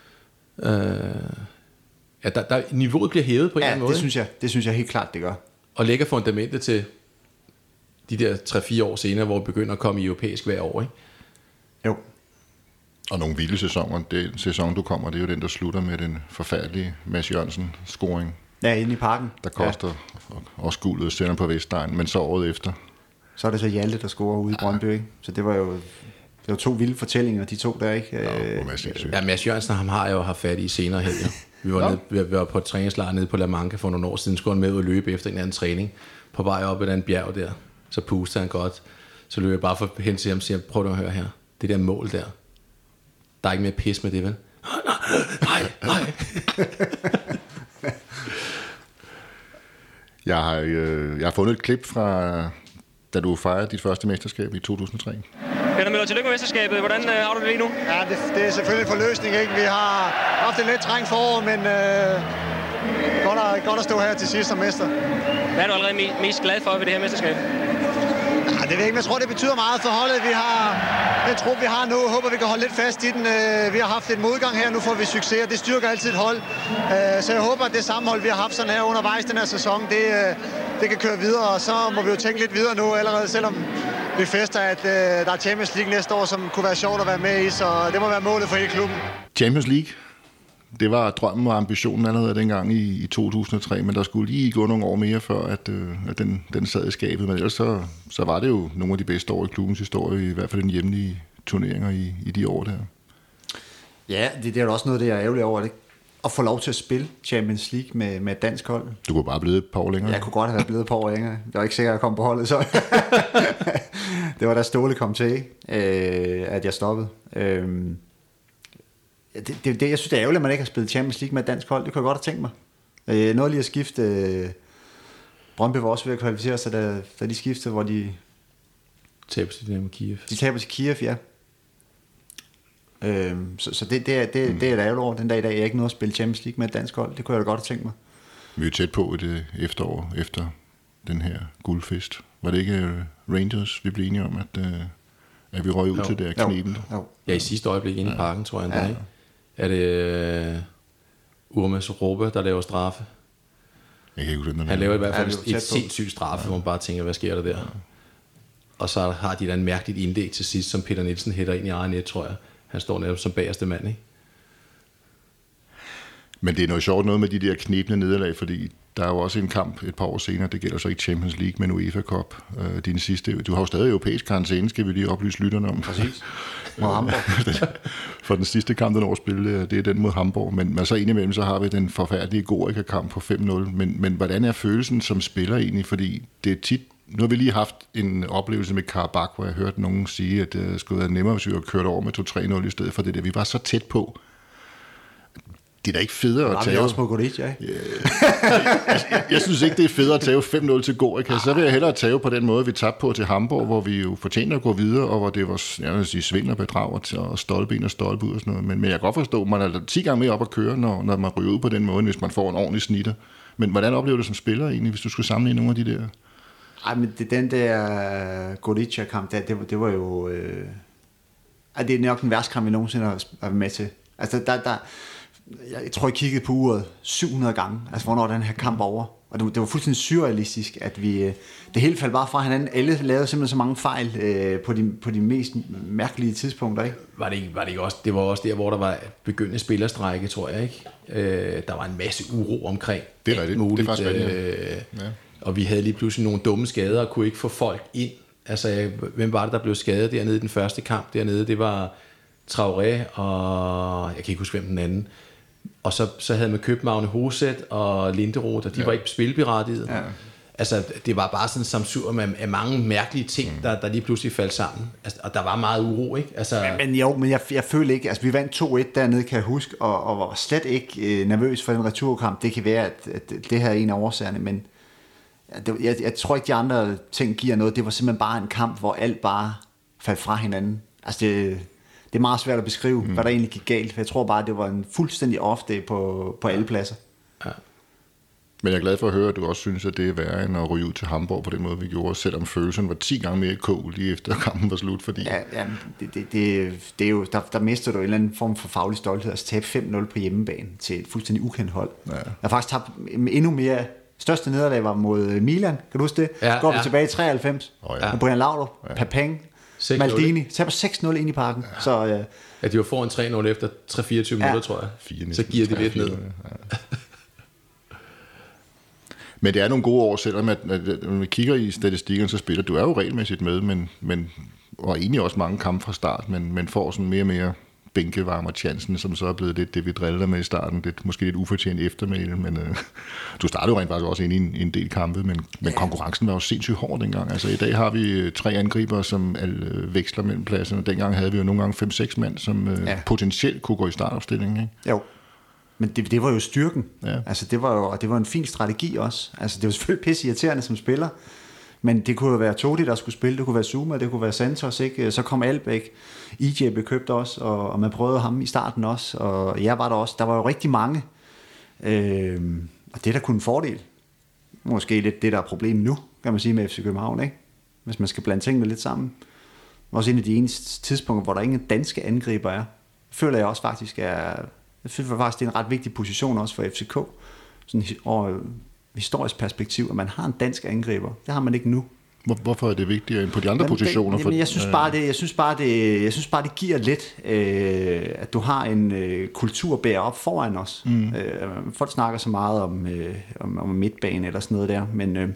Ja, niveauet bliver hævet på en eller anden måde.
Det synes jeg helt klart, det gør. Og
lægger fundamentet til de der 3-4 år senere, hvor vi begynder at komme i europæisk hver år, ikke?
Jo.
Og nogle vilde sæsoner. Den sæson, du kommer, det er jo den, der slutter med den forfærdelige Mads Jørgensen-scoring.
Ja, inde i parken.
Der koster også guldet sender på Vestegn, men så året efter.
Så er det så Hjalte, der scorer ude i Brøndby, ikke? Så det var jo 2 vilde fortællinger, de 2 der, ikke?
Ja, Mads Jørgensen, ham har jeg jo haft fat i senere hen, ja. Vi var på et træningslejr nede på La Manga for nogle år siden, skulle han med ud og løbe efter en anden træning. På vej op ad den bjerg der, så puster han godt. Så løber jeg bare hen til ham og siger, prøv at høre her, det der mål der, der er ikke mere pis med det, vel? Nej.
Jeg har fundet et klip fra, da du fejrede dit første mesterskab i 2003.
Peter Møller, tillykke med mesterskabet. Hvordan har du det lige nu?
Ja, det er selvfølgelig en forløsning, ikke? Vi har haft et lidt trængt forår, men godt at stå her til sidst som mester.
Hvad er du allerede mest glad for ved det her mesterskab?
Ja, det ved jeg ikke, men jeg tror, det betyder meget for holdet. Vi har den trup, vi har nu. Jeg håber, vi kan holde lidt fast i den. Vi har haft et modgang her, nu får vi succes, og det styrker altid et hold. Så jeg håber, at det sammenhold, vi har haft sådan her undervejs den her sæson, det kan køre videre, og så må vi jo tænke lidt videre nu allerede, selvom vi fester, at der er Champions League næste år, som kunne være sjovt at være med i, så det må være målet for hele klubben.
Champions League, det var drømmen og ambitionen allerede dengang i 2003, men der skulle lige gå nogle år mere før, at den sad i skabet. Men ellers så var det jo nogle af de bedste år i klubbens historie, i hvert fald den hjemlige turneringer i de år der.
Ja, det er jo også noget, det jeg er ærgerlig over, det. At få lov til at spille Champions League med et dansk hold.
Du kunne bare blive et par år længere.
Jeg kunne godt have været blevet et par år længere. Det var ikke sikkert, at jeg kom på holdet, så det var da Ståle kom til, at jeg stoppede. Jeg synes, det er ærgerligt, at man ikke har spillet Champions League med et dansk hold. Det kunne jeg godt have tænkt mig. Noget lige at skifte. Brøndby var også ved at kvalificere sig, da de skiftede, hvor de
taber til Dynamo Kiev.
De taber til Kiev, ja. Så det er et ærgerligt over den dag i dag. Jeg ikke noget at spille Champions League med et dansk hold. Det kunne jeg da godt have tænkt mig.
Vi er tæt på et efterår efter den her guldfest. Var det ikke Rangers, vi blev enige om, at vi røg ud til det knepen?
Ja, i sidste øjeblik inde i parken, tror jeg. Ja. Er det Urmas Råbe, der laver straffe?
Jeg kan ikke huske,
han laver i hvert fald et sindssygt straffe, hvor man bare tænker, hvad sker der der? Ja. Og så har de da en mærkeligt indlæg til sidst, som Peter Nielsen hætter ind i egen net, tror jeg. Han står netop som bagerste mand, ikke?
Men det er noget sjovt noget med de der knebne nederlag, fordi der er jo også en kamp et par år senere, det gælder så ikke Champions League, men UEFA Cup. Din sidste, du har jo stadig europæisk karantæne, skal vi lige oplyse lytterne om.
Præcis. Mod Hamburg.
For den sidste kamp, den overspillede, det er den mod Hamburg. Men så indimellem, så har vi den forfærdelige Gorica-kamp på 5-0. Men hvordan er følelsen som spiller egentlig? Fordi det er tit. Nu har vi lige haft en oplevelse med Karabakh, hvor jeg hørte nogen sige, at det skulle være nemmere, hvis vi havde kørt over med 2-3-0 i stedet for det der. Vi var så tæt på. Det er da ikke federe at tage.
Det er også på Gorica, ikke?
Jeg synes ikke, det er federe at tage 5-0 til Gorica. Så vil jeg hellere tage på den måde, vi tabte på til Hamburg, hvor vi jo fortjener at gå videre, og hvor det var, jeg vil sige, svindel og bedrag og stolpe ind og stolpe ud og sådan noget. Men jeg kan godt forstå, at man er 10 gange mere op at køre, når man ryger ud på den måde, hvis man får en ordentlig snitter. Men hvordan oplever du som spiller egentlig, hvis du skulle sammenligne nogle af de der?
Ej, men den der Gorica-kamp, det var jo... det er nok den værste kamp, vi nogensinde har været med til. Altså, Jeg tror, jeg kiggede på uret 700 gange, altså hvornår den her kamp over. Og det var fuldstændig surrealistisk, at det hele faldt bare fra hinanden. Alle lavede simpelthen så mange fejl på de mest mærkelige tidspunkter, ikke?
Var det ikke også? Det var også der, hvor der var begyndende spillerstrække, tror jeg, ikke? Der var en masse uro omkring.
Det er rigtigt. Det er faktisk
ja. Og vi havde lige pludselig nogle dumme skader og kunne ikke få folk ind. Altså, hvem var det, der blev skadet dernede i den første kamp dernede? Det var Traoré og jeg kan ikke huske, hvem den anden. Og så havde man købt Magne Hoset og Linderoth, og de var ikke spilberettiget. Ja. Altså, det var bare sådan en samsur af mange mærkelige ting, der lige pludselig faldt sammen. Altså, og der var meget uro, ikke? Altså...
Men jeg føler ikke... Altså, vi vandt 2-1 dernede, kan jeg huske, og var slet ikke nervøs for den returkamp. Det kan være, at det her er en af årsagerne, men jeg tror ikke, de andre ting giver noget. Det var simpelthen bare en kamp, hvor alt bare faldt fra hinanden. Altså, det er meget svært at beskrive, hvad der egentlig gik galt. For jeg tror bare, det var en fuldstændig off-day på alle pladser. Ja.
Men jeg er glad for at høre, at du også synes, at det er værre end at ryge ud til Hamburg på den måde, vi gjorde, selvom følelsen var 10 gange mere kog lige efter kampen var slut. Fordi...
Ja, det er jo, der mister du en eller anden form for faglig stolthed, altså tabe 5-0 på hjemmebane til et fuldstændig ukendt hold. Ja. Jeg har faktisk tabt endnu mere. Største nederlag var mod Milan, kan du huske det? Så går vi tilbage i 93 med Brian Laudrup, Papang, Maldini, taber 6-0 ind i parken. Ja. Så,
de var foran 3-0 efter 3-24 minutter, tror jeg. 4, så giver de lidt ned. Ja.
Men det er nogle gode år, selvom at når vi kigger i statistikken, så spiller du er jo regelmæssigt med, men og egentlig også mange kampe fra start, men får sådan mere og mere bænkevarmer chancen, som så er blevet lidt det, vi driller med i starten. Det er måske lidt ufortjent eftermæle, men du startede jo rent faktisk også ind i en del kampe, men konkurrencen var jo sindssygt hård dengang. Altså i dag har vi 3 angriber, som veksler mellem pladserne. Dengang havde vi jo nogle gange 5-6 mand, som potentielt kunne gå i startopstillingen, ikke?
Jo. Men det var jo styrken. Ja. Altså det var en fin strategi også. Altså det var selvfølgelig pisse irriterende som spiller, men det kunne jo være Todi, der skulle spille, det kunne være Zuma, det kunne være Santos, ikke? Så kom Albæk, IJ blev købt også, og man prøvede ham i starten også, og jeg var der også. Der var jo rigtig mange, og det der kunne en fordel. Måske lidt det, der er problemet nu, kan man sige, med FC København, ikke? Hvis man skal blande tingene lidt sammen. Også en af de eneste tidspunkter, hvor der ingen danske angriber er, føler jeg også faktisk jeg synes faktisk, det er en ret vigtig position også for FCK. Sådan over historisk perspektiv, at man har en dansk angriber. Det har man ikke nu.
Hvorfor er det vigtigt på de andre positioner?
Jeg synes bare det giver lidt, at du har en kulturbærer op foran os. Folk snakker så meget om midtbane eller sådan noget der, men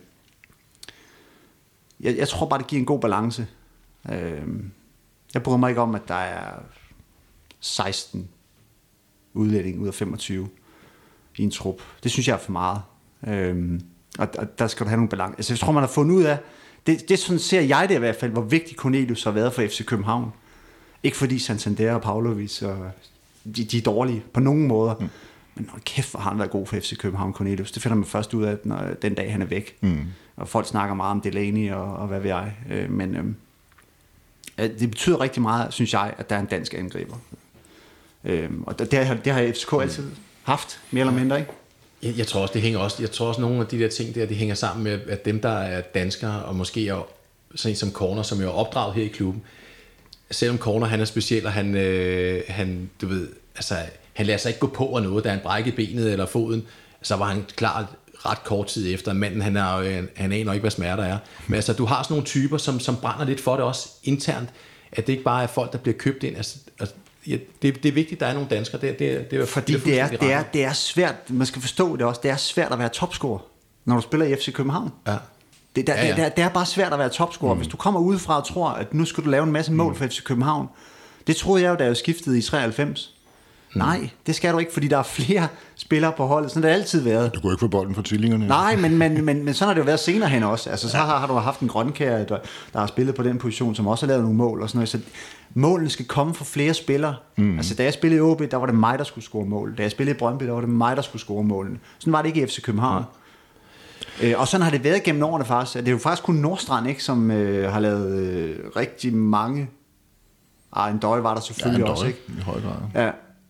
jeg tror bare, det giver en god balance. Jeg bryder mig ikke om, at der er 16 udlænding ud af 25 i en trup. Det synes jeg er for meget. Og der skal du have nogle balance. Altså, jeg tror, man har fundet ud af, det sådan ser jeg det i hvert fald, hvor vigtig Cornelius har været for FC København. Ikke fordi Santander og Pavlovic, de er dårlige på nogen måder. Men kæft, hvor har han været god for FC København, Cornelius. Det finder man først ud af, den dag han er væk. Og folk snakker meget om Delaney og hvad ved jeg. Men det betyder rigtig meget, synes jeg, at der er en dansk angriber. Og det har FCK altid haft, mere eller mindre, ikke?
Jeg tror også, det hænger også. Jeg tror også, nogle af de der ting der, det hænger sammen med, at dem, der er danskere, og måske er sådan som Corner, som er opdraget her i klubben, selvom Corner, han er speciel, og han du ved, altså, han lader sig ikke gå på og noget, da han brækkede benet eller foden, så var han klar ret kort tid efter. Manden, han aner ikke, hvad smerter er. Men altså, du har sådan nogle typer, som brænder lidt for det også internt, at det ikke bare er folk, der bliver købt ind. Altså, det er vigtigt, at der er nogle danskere. Det er
fordi det er svært, man skal forstå det også, det er svært at være topscorer, når du spiller i FC København. Ja. Det er bare svært at være topscorer. Hvis du kommer udefra og tror, at nu skal du lave en masse mål for FC København. Det troede jeg jo, da jeg skiftede i 93. Nej, det skal du ikke, fordi der er flere spillere på holdet. Sådan har det altid været.
Du kunne ikke få bolden for tvillingerne.
Nej, men sådan har det jo været senere hen også. Altså, så har du haft en Grønkjær, der har spillet på den position, som også har lavet nogle mål og sådan noget. Så målene skal komme fra flere spillere. Altså, da jeg spillede i OB, der var det mig, der skulle score mål. Da jeg spillede i Brøndby, der var det mig, der skulle score målene. Sådan var det ikke i FC København. Og sådan har det været gennem årene faktisk. Det er jo faktisk kun Nordstrand, ikke, som har lavet rigtig mange. En Døje var der selvfølgelig også, ikke?
I høj grad.
Ja.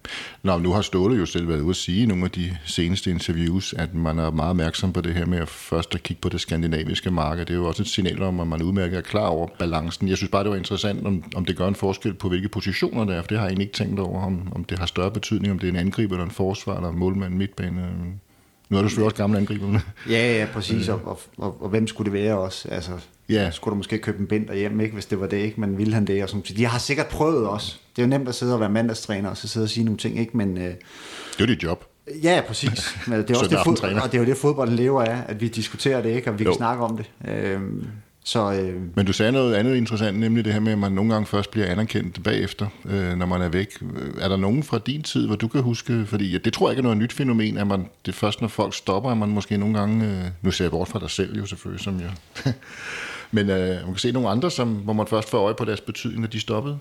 Nå, nu har Ståle jo selv været ude at sige i nogle af de seneste interviews, at man er meget opmærksom på det her med at først at kigge på det skandinaviske marked. Det er jo også et signal om, at man udmærket er klar over balancen. Jeg synes bare, det var interessant, om det gør en forskel på, hvilke positioner det er, for det har jeg egentlig ikke tænkt over, om det har større betydning, om det er en angriber eller en forsvar, eller en målmand, midtbane. Nu er du selvfølgelig også gammel angriber.
Ja, præcis. Og hvem skulle det være også? Altså, skulle du måske købe en bind derhjemme, ikke, hvis det var det, ikke? Men ville han det? Og sådan. De har sikkert prøvet også. Det er jo nemt at sidde og være mandagstræner, og så sidde og sige nogle ting, ikke? Men, det
er jo dit job.
Ja, præcis. Men det er også det, og det er jo det, fodbolden lever af, at vi diskuterer det, ikke? Og vi kan snakke om det.
Men du sagde noget andet interessant, nemlig det her med, at man nogle gange først bliver anerkendt bagefter, når man er væk. Er der nogen fra din tid, hvor du kan huske, fordi det tror jeg ikke er noget nyt fænomen, at man, det først når folk stopper, at man måske nogle gange, nu ser jeg bort fra dig selv jo selvfølgelig, som jeg, men man kan se nogle andre, hvor man først får øje på deres betydning, når de stoppede.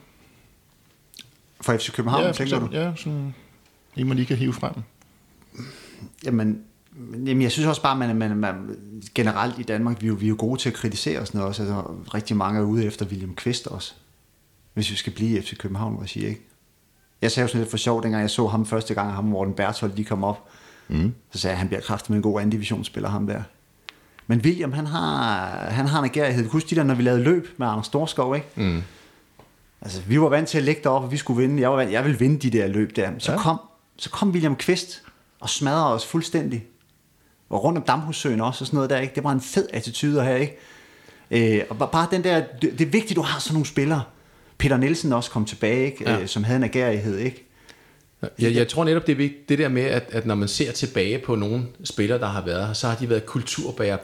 For FC København, tænker du?
Ja, sådan en man lige kan hive frem.
Jamen, jeg synes også bare, at man generelt i Danmark, vi er jo gode til at kritisere os noget også. Altså, rigtig mange er ude efter William Kvist også, hvis vi skal blive i FC København, hvad siger, ikke? Jeg sagde jo sådan lidt for sjov, dengang jeg så ham første gang, ham og Morten Berthold, de kom op. Så sagde jeg, at han bliver kraftigt med en god anden divisionsspiller, ham der. Men William, han har en agerighed. Husk de der, når vi lavede løb med Anders Storskov, ikke? Altså, vi var vant til at ligge deroppe, og vi skulle vinde. Jeg ville vinde de der løb der. Så kom William Kvist og smadrede os fuldstændig. Og rundt om Damhussøen også, og sådan noget der, ikke? Det var en fed attitude her, ikke? Og bare den der, det er vigtigt, du har sådan nogle spillere. Peter Nielsen også kom tilbage, ikke? Som havde en agerighed, ikke?
Jeg tror netop, det er vigtigt, det der med, at når man ser tilbage på nogle spillere, der har været her, så har de været kulturbærere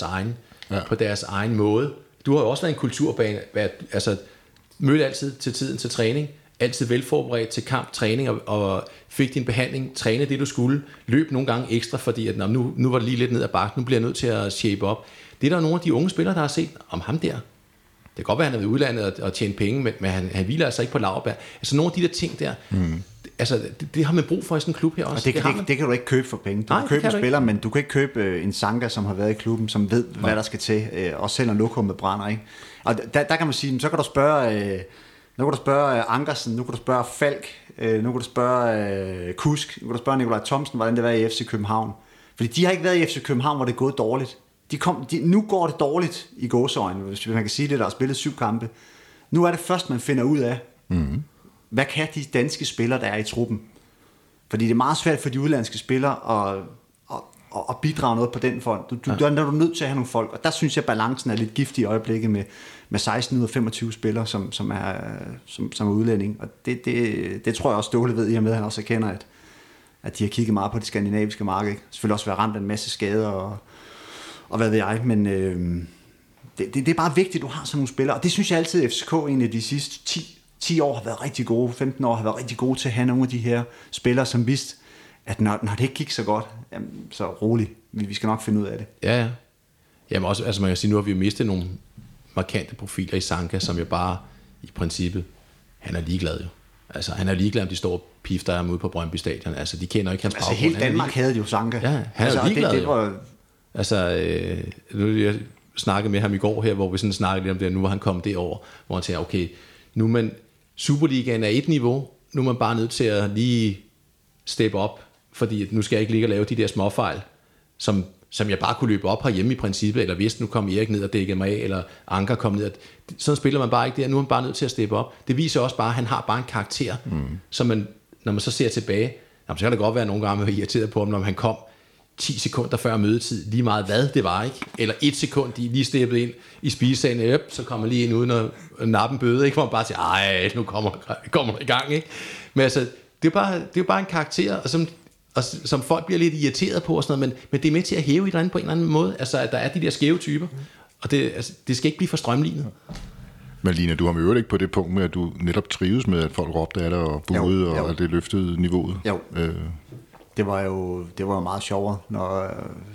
på deres egen måde. Du har jo også været en kulturbærer, altså mødte altid til tiden til træning, altid velforberedt til kamp, træning, og fik din behandling, træne det du skulle, løb nogle gange ekstra, fordi at, nu var det lige lidt ned ad bakken, nu bliver jeg nødt til at shape op. Det er der nogle af de unge spillere, der har set om ham der. Det kan godt være, at han er ved udlandet og tjene penge, men han hviler altså ikke på laurbær. Altså nogle af de der ting der, altså det har man brug for i sådan en klub her også.
Og det kan du ikke købe for penge. Du kan købe en spiller, men du kan ikke købe en Sanka, som har været i klubben, som ved, hvad der skal til, også selv når lokummet brænder, ikke? Og der kan man sige, så kan du spørge... Nu kan du spørge Ankersen, nu kan du spørge Falk, nu kan du spørge Kusk, nu kan du spørge Nikolaj Thomsen, hvordan det var i FC København. Fordi de har ikke været i FC København, hvor det er gået dårligt. Nu går det dårligt i gåseøjne, hvis man kan sige det, der har spillet 7 kampe. Nu er det først, man finder ud af, hvad kan de danske spillere, der er i truppen. Fordi det er meget svært for de udlandske spillere at bidrage noget på den front. Der er du nødt til at have nogle folk, og der synes jeg, balancen er lidt giftig i øjeblikket med 16 ud af 25 spillere, som er udlænding. Og det tror jeg også Ståle ved, i og med, at han også erkender, at de har kigget meget på det skandinaviske marked. Ikke? Selvfølgelig også været ramt af en masse skader, og hvad ved jeg, men det er bare vigtigt, at du har sådan nogle spillere, og det synes jeg altid, at FCK egentlig de sidste 10 år har været rigtig gode, 15 år har været rigtig gode til at have nogle af de her spillere, som vidste, at når det ikke gik så godt, jamen, så roligt, vi skal nok finde ud af det.
Ja. Jamen også, altså man kan sige, nu har vi jo mistet nogle markante profiler i Sanka, som jo bare i princippet, han er ligeglad jo. Altså han er ligeglad, om de står pifter ude på Brøndby Stadion. Altså de kender ikke hans baggrund.
Altså hele Danmark havde jo Sanka.
Ja, han er jo ligeglad jo. Altså, jeg snakkede med ham i går her, hvor vi sådan snakkede lidt om det, nu var han kommet derover, hvor han siger, okay, nu man Superligaen er et niveau, nu er man bare nødt til at lige steppe op, fordi nu skal jeg ikke ligge og lave de der småfejl, som jeg bare kunne løbe op herhjemme i princippet, eller hvis nu kom Erik ned og dækkede mig af, eller Anker kom ned. Sådan spiller man bare ikke der, nu er man bare nødt til at steppe op. Det viser også bare, at han har bare en karakter, som man, når man så ser tilbage, så kan det godt være nogle gange, at man er irriteret på ham, når han kom 10 sekunder før mødetid, lige meget hvad det var, ikke? Eller 1 sekund, de lige steppede ind i spisesalen, så kommer lige ind uden at nappe en bøde, ikke? Hvor man bare siger, ej, nu kommer i gang, ikke? Men altså, det er jo bare en karakter, og som folk bliver lidt irriteret på og sådan noget, men det er med til at hæve et eller andet på en eller anden måde, altså at der er de der skæve typer, og det skal ikke blive for strømlignet.
Men Lina, du har med øvrigt ikke på det punkt med, at du netop trives med, at folk råbte af dig og buede, og at det løftede niveauet.
Jo. Det var jo meget sjovere, når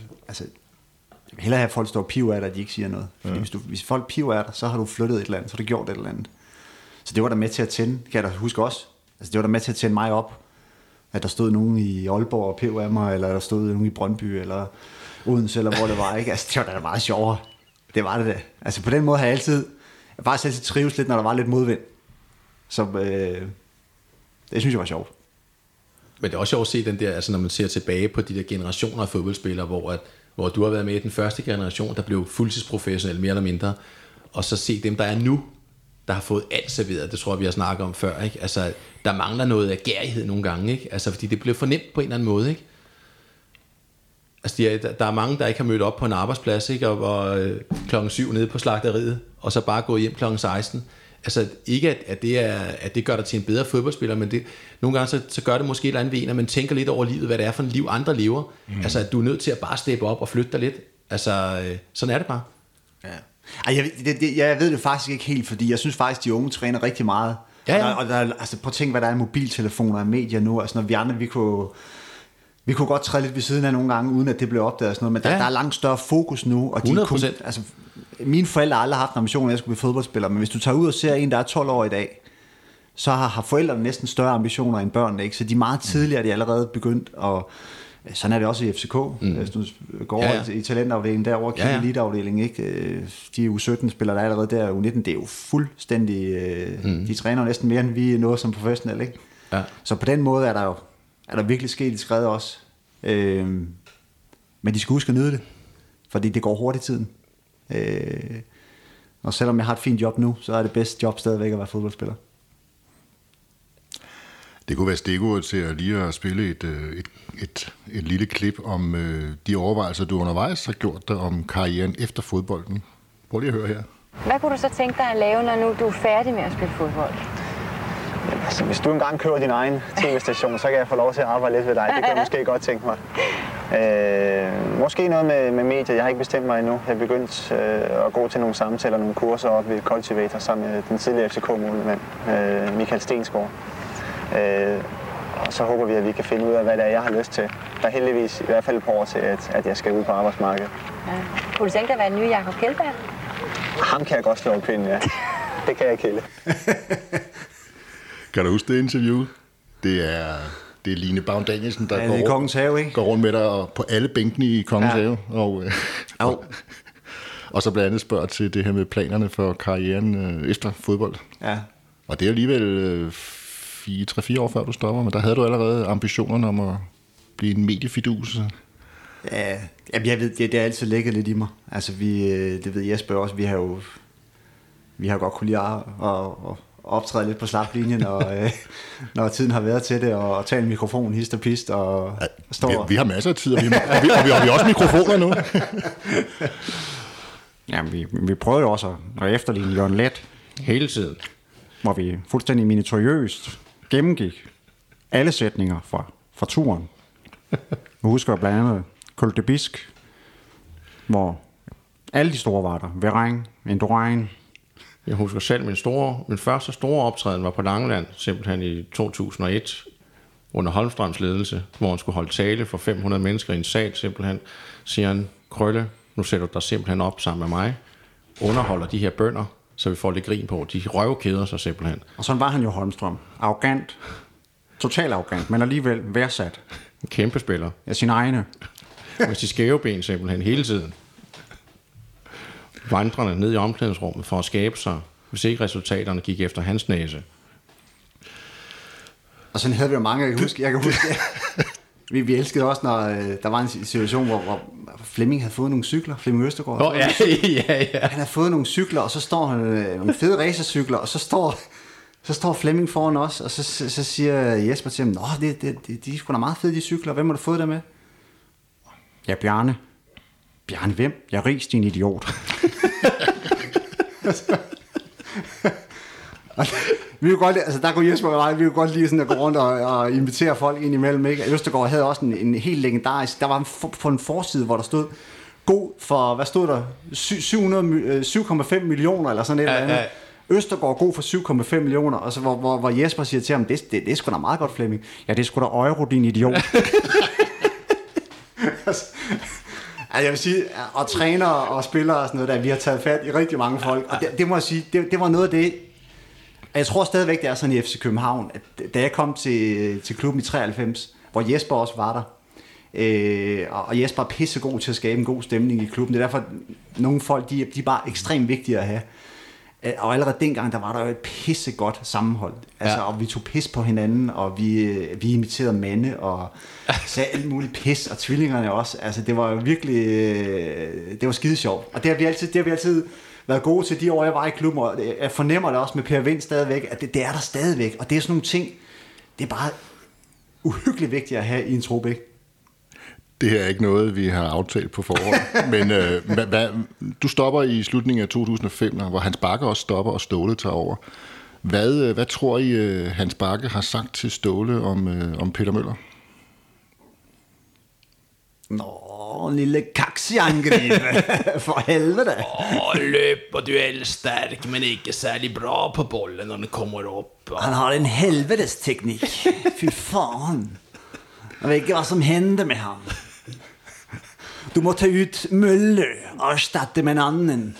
hellere have folk står og piver af dig, at de ikke siger noget. Fordi hvis folk piver af dig, så har du flyttet et eller andet, så har du gjort et eller andet. Så det var der med til at tænde, kan jeg da huske også. Altså det var der med til at tænde mig op, at der stod nogen i Aalborg og piv af mig, eller der stod nogen i Brøndby, eller Odense, eller hvor det var, ikke? Altså det var da meget sjovere. Det var det da. Altså på den måde har jeg faktisk altid trives lidt, når der var lidt modvind. Så det synes jeg var sjovt.
Men det er også sjovt at se den der, altså når man ser tilbage på de der generationer af fodboldspillere, hvor du har været med i den første generation, der blev fuldtidsprofessionel mere eller mindre, og så se dem, der er nu, der har fået alt serveret. Det tror jeg, vi har snakket om før. Ikke? Altså, der mangler noget af gærighed nogle gange, ikke? Altså, fordi det bliver for nemt på en eller anden måde. Ikke? Altså, der er mange, der ikke har mødt op på en arbejdsplads, ikke? Og klokken 7 nede på slagteriet, og så bare gå hjem klokken 16. Altså, ikke at det gør dig til en bedre fodboldspiller, men nogle gange så gør det måske et eller andet ved en, at man tænker lidt over livet, hvad det er for en liv, andre lever. Altså, at du er nødt til at bare steppe op og flytte dig lidt. Altså, sådan er det bare.
Ja. Jeg ved det faktisk ikke helt, fordi jeg synes faktisk, de unge træner rigtig meget.
Ja.
Og der, altså, prøv at tænke, hvad der er i mobiltelefoner og medier nu. Altså, når vi andre, vi kunne godt træde lidt ved siden af nogle gange, uden at det blev opdaget og sådan noget, men der er langt større fokus nu. Og
100%.
Altså, mine forældre har aldrig haft en ambition, at jeg skulle blive fodboldspiller, men hvis du tager ud og ser en, der er 12 år i dag, så har forældrene næsten større ambitioner end børnene, ikke? Så de er meget tidligere, de er allerede begyndt, og sådan er det også i FCK. Hvis du går over i talentafdelingen, derovre, kigger eliteafdelingen, ikke? De U17-spillere, der er allerede der, U19, det er jo fuldstændig, de træner næsten mere, end vi er noget som professionelle, ikke? Ja. Så på den måde er der virkelig sket et skred også. Men de skal huske at nyde det, fordi det går hurtigt tiden. Og selvom jeg har et fint job nu, så er det bedste job stadigvæk at være fodboldspiller.
Det kunne være stikord til at lige at spille et lille klip om de overvejelser, du undervejs har gjort dig om karrieren efter fodbolden. Prøv lige at høre her.
Hvad kunne du så tænke dig at lave, når nu du er færdig med at spille fodbold?
Altså, hvis du engang kører din egen tv-station, så kan jeg få lov til at arbejde lidt ved dig. Det kan jeg måske godt tænke mig. Måske noget med medier. Jeg har ikke bestemt mig endnu. Jeg er begyndt at gå til nogle samtaler, nogle kurser op ved Cultivator sammen med den tidligere FCK-målmand, Michael Stensgaard. Og så håber vi, at vi kan finde ud af, hvad det er, jeg har lyst til. Der er heldigvis i hvert fald et par år til, at jeg skal ud på arbejdsmarkedet.
Ja. Kunne du tænke dig at være den nye Jakob Kjeldberg?
Ham kan jeg godt slå en pind, ja. Det kan jeg kælde.
Kan du huske det interview? Det er Line Baun Danielsen, der går rundt med dig på alle bænkene i Kongens Have. Og så blandt andet spørger til det her med planerne for karrieren efter fodbold. Ja. Og det er alligevel 3-4 år før du stopper, men der havde du allerede ambitionerne om at blive en mediefidus.
Ja, jeg ved, det er altid ligget lidt i mig. Altså, det ved Jesper også, vi har godt kunne lide at optræde lidt på slaplinjen, og når tiden har været til det, og tage en mikrofon, hist og pist, og stå...
Vi har masser af tid, og vi har også mikrofoner nu.
Ja, vi prøvede jo også at efterligne Jørgen Let hele tiden, hvor vi fuldstændig minutiøst gennemgik alle sætninger fra turen. Vi husker blandt andet Col de Bisque, hvor alle de store var der. Verein, Indurain.
Jeg husker selv, min første store optræden var på Langeland, simpelthen i 2001, under Holmstrøms ledelse, hvor han skulle holde tale for 500 mennesker i en sal, simpelthen. Siger han, Krølle, nu sætter du dig simpelthen op sammen med mig, underholder de her bønder, så vi får lidt grin på. De røvkæder sig simpelthen.
Og sådan var han jo Holmstrøm. Arrogant. Total arrogant, men alligevel værdsat.
En kæmpe spiller.
Ja, sine egne.
Med de skæve ben simpelthen hele tiden. Vandrende ned i omklædningsrummet for at skabe sig, hvis ikke resultaterne gik efter hans næse.
Og sådan havde vi jo mange. Jeg kan huske vi elskede også, når der var en situation, hvor Flemming havde fået nogle cykler. Flemming Østergaard.
Ja.
Han havde fået nogle cykler, og så står han nogle fede racercykler, og så står Flemming foran os, og så siger Jesper til ham, de er sgu da meget fede, de cykler. Hvem har du fået dem med? Ja, Bjarne. Bjarne hvem? Jeg er rig, din idiot. Vi vil godt, altså der kunne Jesper og mig, vi vil godt lide sådan at gå rundt og invitere folk ind imellem, ikke? Østergaard havde også en helt legendarisk, der var på en forside, hvor der stod god for, hvad stod der? 7,5 millioner eller sådan et eller andet. Østergaard god for 7,5 millioner, og så hvor Jesper siger til ham, det er sgu da meget godt, Flemming. Ja, det er sgu da euro, din idiot. Altså, jeg vil sige, og trænere og spillere og sådan noget der, vi har taget fat i rigtig mange folk, og det må jeg sige, det var noget af det. Jeg tror stadigvæk, det er sådan i FC København, at da jeg kom til klubben i 93, hvor Jesper også var der, og Jesper er pissegod til at skabe en god stemning i klubben. Det er derfor, nogle folk, de er bare ekstremt vigtige at have. Og allerede dengang, der var der jo et pissegodt sammenhold. Altså, og vi tog pis på hinanden, og vi imiterede mande, og sagde alt muligt pis, og tvillingerne også. Altså, det var jo virkelig, det var skide sjovt. Og det har vi altid været gode til de år, jeg var i klubben, og jeg fornemmer det også med Per Vind stadigvæk, at det er der stadigvæk. Og det er sådan nogle ting, det er bare uhyggeligt vigtigt at have i en trup, ikke?
Det her er ikke noget, vi har aftalt på forhånd, men du stopper i slutningen af 2005, hvor Hans Bakke også stopper, og Ståle tager over. Hvad tror I, Hans Bakke har sagt til Ståle om Peter Møller?
Nå, lille kaksiangribe, for helvede.
Løb og duellstærk, men ikke særlig bra på bollen, når den kommer op.
Han har en helvedes teknik. Fy fan. Jeg ved ikke, hvad som hände med ham. Du må ta ut Møller og erstatte med en anden.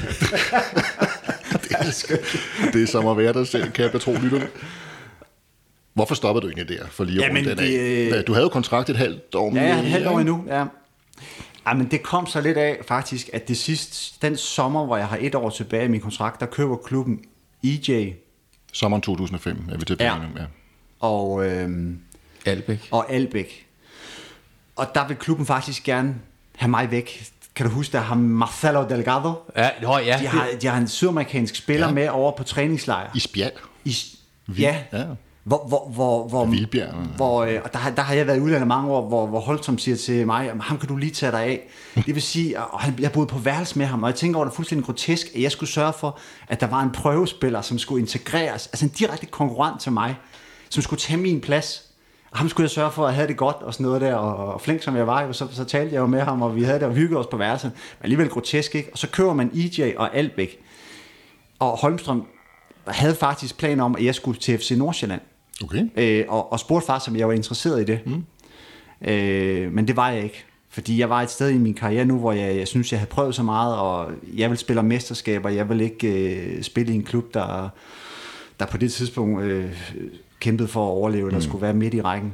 Det er som at være der selv, kan jeg betro lytterne. Hvorfor stoppede du egentlig der? For lige at runde den af. Du havde jo kontrakt et halvt år.
Ja, et halvt år endnu, ja. Men det kom så lidt af faktisk, at det sidste, den sommer, hvor jeg har 1 år tilbage i min kontrakt, der køber klubben EJ.
Sommeren 2005 er vi tilbage nu, ja.
Og
Albæk.
Og der vil klubben faktisk gerne have mig væk. Kan du huske, der har Marcelo Delgado?
Ja.
De har en sydamerikansk spiller med over på træningslejr.
I Spjald.
Ja. Hvor og der har jeg været i udlandet mange år, hvor Holtholm siger til mig, ham kan du lige tage dig af. Det vil sige, at jeg boede på værelse med ham, og jeg tænker over det fuldstændig grotesk, at jeg skulle sørge for, at der var en prøvespiller, som skulle integreres, altså en direkte konkurrent til mig, som skulle tage min plads. Og ham skulle jeg sørge for at have det godt og sådan noget der, og flink som jeg var, så talte jeg jo med ham, og vi havde det og hyggede os på værelsen, men alligevel grotesk, ikke? Og så køber man EJ og Albæk, og Holmstrøm havde faktisk planer om, at jeg skulle til FC Nordsjælland.
Okay.
Og spurgte faktisk, om jeg var interesseret i det. Men det var jeg ikke. Fordi jeg var et sted i min karriere nu, hvor jeg synes, jeg havde prøvet så meget, og jeg vil spille mesterskaber, jeg vil ikke spille i en klub, der på det tidspunkt kæmpede for at overleve, eller skulle være midt i rækken.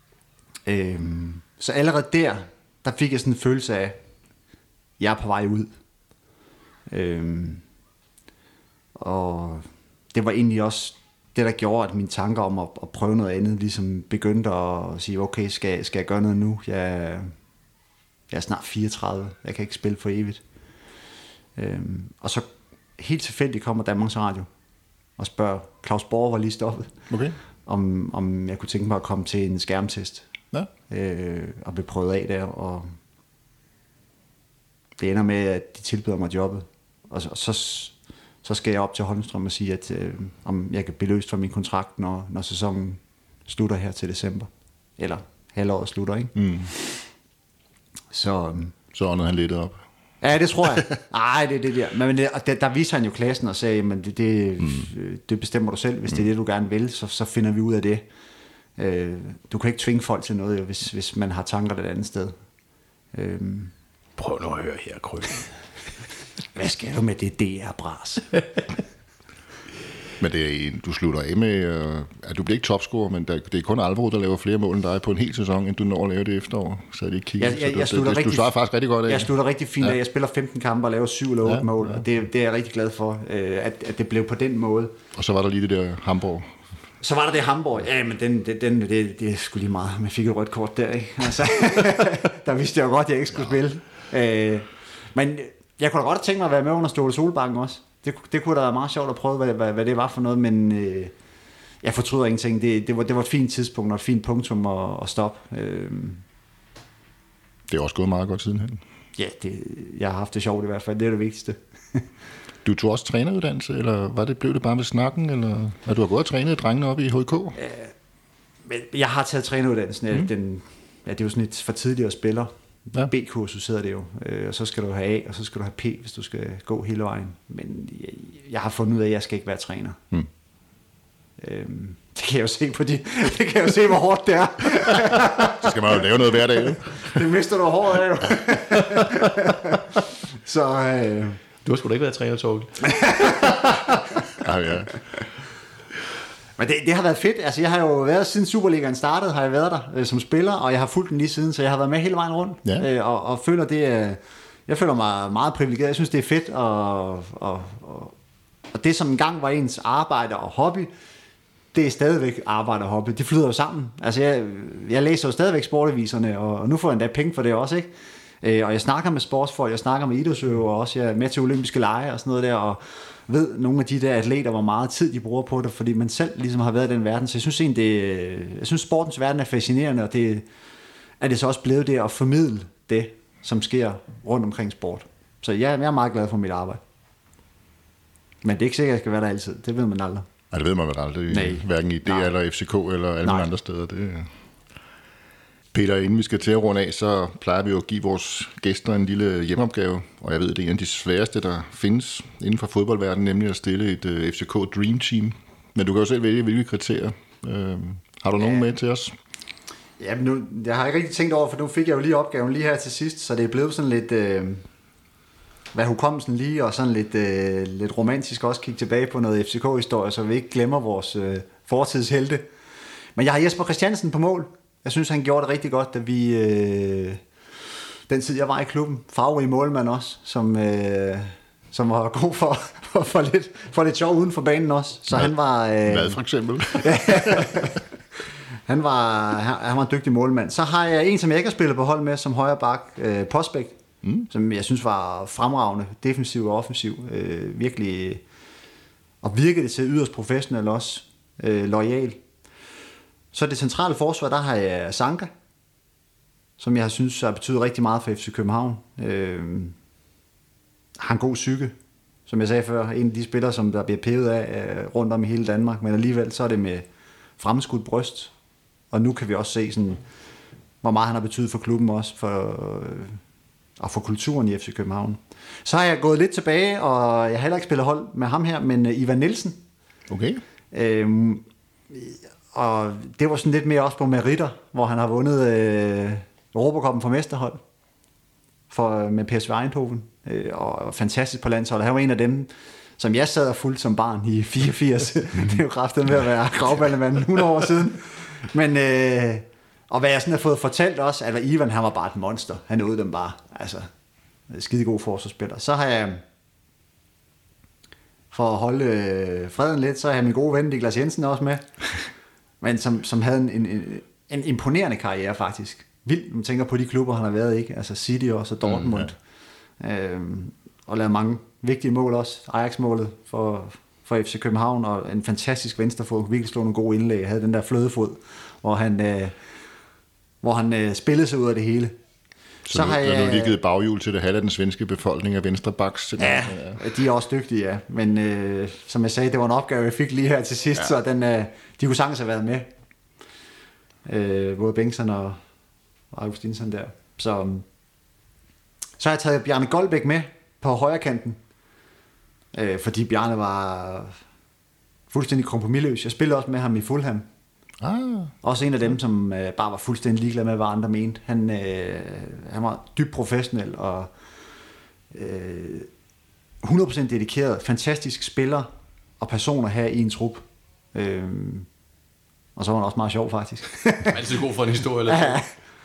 Så allerede der fik jeg sådan en følelse af, jeg er på vej ud. Og det var egentlig også det, der gjorde, at mine tanker om at prøve noget andet, ligesom begyndte at sige, okay, skal jeg gøre noget nu? Jeg er snart 34, jeg kan ikke spille for evigt. Og så helt tilfældigt kommer Danmarks Radio og spørger, Claus Borg var lige stoppet, om jeg kunne tænke mig at komme til en skærmtest.
Ja.
Og blive prøvet af der, og det ender med, at de tilbyder mig jobbet. Og så skal jeg op til Holmstrøm og sige, at om jeg kan blive løst fra min kontrakt, når sæsonen slutter her til december. Eller halvåret slutter, ikke? Så
åndede han lidt op.
Ja, det tror jeg. Nej, det er det der. Men der viser han jo klassen og sagde, men det bestemmer du selv. Hvis det er det, du gerne vil, så finder vi ud af det. Du kan ikke tvinge folk til noget, hvis man har tanker et andet sted.
Prøv nu at høre her, Kryg.
Hvad skal du med det DR-bras?
Men du slutter af med, at du bliver ikke topscorer, men det er kun Alvaro, der laver flere mål end dig på en hel sæson, end du når at lave det efterår. Så er det ikke kigget. Du svarer faktisk rigtig godt af.
Jeg slutter rigtig fint af. Jeg spiller 15 kampe og laver 7 eller 8 mål, og det er jeg rigtig glad for, at det blev på den måde.
Og så var der lige det der Hamburg.
Så var der det Hamburg. Ja, men det er sgu lige meget. Man fik et rødt kort der, ikke? Altså, der vidste jeg jo godt, at jeg ikke skulle spille. Men jeg kunne da godt tænke mig at være med under Ståle Solbakken også. Det kunne da være meget sjovt at prøve, hvad det var for noget, men jeg fortryder ingenting. Det var et fint tidspunkt og et fint punktum at stoppe.
Det er også gået meget godt sidenhen.
Ja, jeg har haft det sjovt i hvert fald. Det er det vigtigste.
Du tog også træneruddannelse, eller blev det bare med snakken? Eller du har gået og trænet drengene op i HK?
Jeg har taget træneruddannelsen. Det er jo sådan et for tidligere spiller.
Ja.
B-kursus hedder det jo, og så skal du have A, og så skal du have P, hvis du skal gå hele vejen. Men jeg har fundet ud af, at jeg skal ikke være træner. Det kan jeg jo se på det kan jeg jo se, hvor hårdt det er.
Så skal man jo lave noget hver dag.
Det mister du hårdt af. Så
du har sgu da ikke været træner, Torkel.
Ja.
Men det har været fedt. Altså, jeg har jo været, siden Superligaen startede, har jeg været der som spiller, og jeg har fulgt den lige siden, så jeg har været med hele vejen rundt.
Ja.
Og føler det, jeg føler mig meget privilegeret. Jeg synes, det er fedt Og det, som engang var ens arbejde og hobby, det er stadigvæk arbejde og hobby. Det flyder jo sammen. Altså, jeg læser jo stadigvæk sportaviserne, og nu får jeg endda penge for det også, ikke? Og jeg snakker med sportsfolk, jeg snakker med idrætsøvere, og også jeg er med til olympiske lege og sådan noget der, og ved nogle af de der atleter, hvor meget tid de bruger på det, fordi man selv ligesom har været i den verden. Så jeg synes egentlig, jeg synes sportens verden er fascinerende, og det er det så også blevet det at formidle det, som sker rundt omkring sport. Så jeg er meget glad for mit arbejde. Men det er ikke sikkert, at jeg skal være der altid. Det ved man aldrig.
Ja, det ved man vel aldrig.
Nej.
Hverken i DR eller FCK eller alle mulige andre steder. Peter, inden vi skal til at runde af, så plejer vi jo at give vores gæster en lille hjemmeopgave. Og jeg ved, det er en af de sværeste, der findes inden for fodboldverdenen, nemlig at stille et FCK Dream Team. Men du kan jo selv vælge, hvilke kriterier. Har du nogen med til os?
Ja, men nu, jeg har ikke rigtig tænkt over, for nu fik jeg jo lige opgaven lige her til sidst, så det er blevet sådan lidt... hvad hukommelsen lige, og sådan lidt romantisk også kigge tilbage på noget FCK-historie, så vi ikke glemmer vores fortidshelte. Men jeg har Jesper Christiansen på mål. Jeg synes, han gjorde det rigtig godt, da vi... den tid, jeg var i klubben. Farverig målmand også, som var god for lidt sjov uden for banen også. Så han var...
Hvad for eksempel?
han var en dygtig målmand. Så har jeg en, som jeg ikke har spillet på hold med, som højre bak, Postbæk. Som jeg synes var fremragende, defensiv og offensiv, virkelig, og virkede det til yderst professionel også, loyal. Så det centrale forsvar, der har jeg Sanka, som jeg synes har betydet rigtig meget for FC København. Har en god psyke, som jeg sagde før, en af de spillere, som der bliver pævet af rundt om i hele Danmark, men alligevel så er det med fremskudt bryst, og nu kan vi også se, sådan, hvor meget han har betydet for klubben også, og for kulturen i FC København. Så har jeg gået lidt tilbage, og jeg har heller ikke spillet hold med ham her, men Ivan Nielsen.
Okay.
Og det var sådan lidt mere også på meritter, hvor han har vundet Europacuppen for mesterhold med PSV Eindhoven, og fantastisk på landsholdet. Han var en af dem, som jeg sad og fulgte som barn i 84. Det er jo kraftigt med at være gravballemanden 100 år siden. Men... og hvad jeg sådan har fået fortalt også, at Ivan, han var bare et monster. Han nåede dem bare. Altså, skidegod forsvarsspiller. Så har jeg, for at holde freden lidt, så har jeg min gode ven, Niklas Jensen, også med. Men som havde en imponerende karriere, faktisk. Vildt, man tænker på de klubber, han har været, ikke? Altså City også, og Dortmund. Og lavet mange vigtige mål også. Ajax-målet for FC København, og en fantastisk venstrefod. Virkelig slog nogle gode indlæg. Havde den der flødefod, hvor han spillede sig ud af det hele.
Så har jeg lige givet baghjul til det halve af den svenske befolkning af venstre backs.
Ja, de er også dygtige, ja. Men som jeg sagde, det var en opgave, jeg fik lige her til sidst, så de kunne sagtens have været med. Både Bengtsson og Augustinsson der. Så har jeg taget Bjarne Goldbæk med på højre kanten, fordi Bjarne var fuldstændig kompromisløs. Jeg spillede også med ham i Fulham. Også en af dem, som bare var fuldstændig ligeglad med, hvad andre mente. Han var dybt professionel og 100% dedikeret. Fantastisk spiller og personer her i en trup. Og så var han også meget sjov, faktisk.
Altid god for en historie. Eller ja.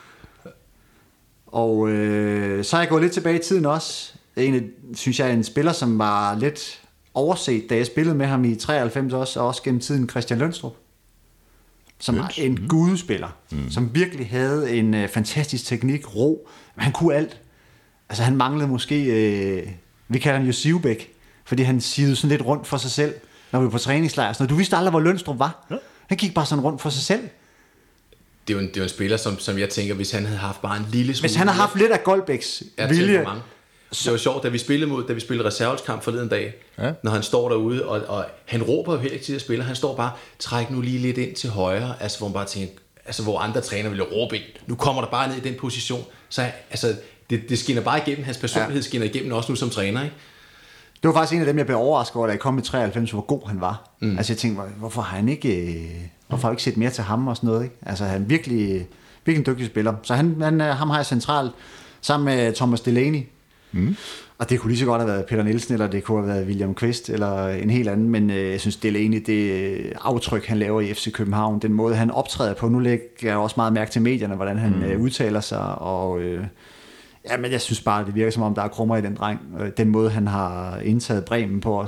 Og så har jeg gået lidt tilbage i tiden også. Synes jeg, en spiller, som var lidt overset, da jeg spillede med ham i 93 også, og også gennem tiden Christian Lønstrup. Som var en gudespiller, som virkelig havde en fantastisk teknik, ro. Han kunne alt. Altså han manglede måske, vi kalder han jo Sivbæk, fordi han sivede sådan lidt rundt for sig selv, når vi var på træningslejr. Du vidste aldrig, hvor Lønstrup var. Ja. Han gik bare sådan rundt for sig selv.
Det er jo en spiller, som jeg tænker, hvis han havde haft bare en lille smule...
Hvis han havde haft lidt af Goldbæks vilje...
Det var sjovt, da vi spillede reservelskamp forleden dag, når han står derude, og han råber jo heller ikke til at spille, han står bare, træk nu lige lidt ind til højre, altså hvor man bare tænker, altså hvor andre træner ville råbe ind, nu kommer der bare ned i den position, så altså, det skinner bare igennem, hans personlighed skinner igennem også nu som træner, ikke?
Det var faktisk en af dem, jeg blev overrasket over, da jeg kom i 93, hvor god han var. Altså jeg tænkte, hvorfor har jeg ikke set mere til ham og sådan noget, ikke? Altså han er virkelig en dygtig spiller, så ham har jeg centralt, sammen med Thomas Delaney. Og det kunne lige så godt have været Peter Nielsen, eller det kunne have været William Kvist, eller en helt anden, men jeg synes, Delaney, det aftryk, han laver i FC København, den måde, han optræder på, nu lægger jeg også meget mærke til medierne, hvordan han udtaler sig, og men jeg synes bare, det virker som om, der er krummer i den dreng, den måde, han har indtaget Bremen på os,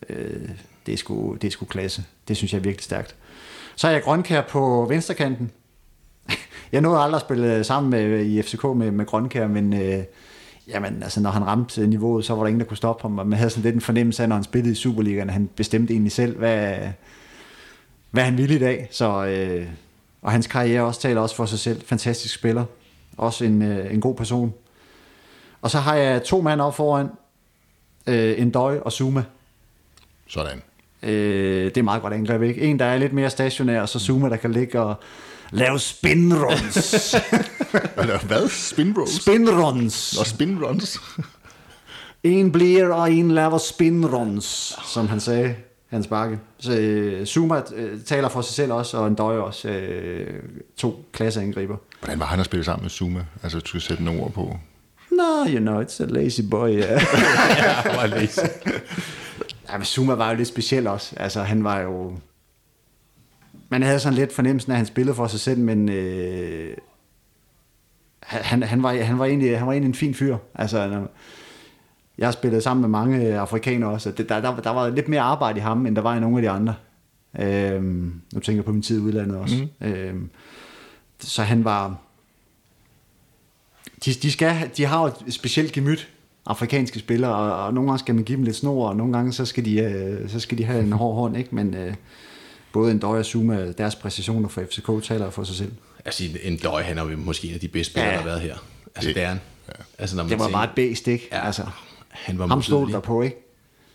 Det er sgu klasse. Det synes jeg er virkelig stærkt. Så er jeg Grønkjær på venstrekanten. Jeg nåede aldrig at spille sammen med, i FCK med Grønkjær, men jamen, altså, når han ramte niveauet, så var der ingen, der kunne stoppe ham. Og man havde sådan lidt en fornemmelse af, når han spillede i Superligaen, han bestemte egentlig selv, hvad han ville i dag. Så, og hans karriere også taler også for sig selv. Fantastisk spiller. Også en god person. Og så har jeg 2 mand op foran. Ndøj og Zuma.
Sådan.
Det er meget godt angreb, ikke? En, der er lidt mere stationær, og så Zuma, der kan ligge og lave spinruns.
Hvad? Spinruns?
Spinruns.
Og spinruns.
En bliver, og en laver spinruns, som han sagde, Hans Bakke. Så Zuma taler for sig selv også, og Ndøj også. 2 klasseangriber.
Hvordan var han at spille sammen med Zuma? Altså, du skal sætte nogle ord på.
No, you know, it's a lazy boy, yeah.
Ja, var lazy.
Ja, men Zuma var jo lidt speciel også. Altså, han var jo... Man havde sådan lidt fornemmelsen af, at han spillede for sig selv, men han var egentlig en fin fyr. Altså, jeg har spillet sammen med mange afrikanere også, og der var lidt mere arbejde i ham, end der var i nogle af de andre. Nu tænker jeg på min tid i udlandet også. Så han var... De har jo et specielt gemyt, afrikanske spillere, og nogle gange skal man give dem lidt snor, og nogle gange så skal de have en hård hånd, ikke? Men både Ndøj og Zuma, deres præcisioner for FCK taler for sig selv.
Altså Ndøj, han er jo måske en af de bedste spillere, der har været her. Altså det er han.
Ja.
Altså, når man
det var bare et bæst, ikke?
Ja,
altså,
han var
ham stod der på, ikke?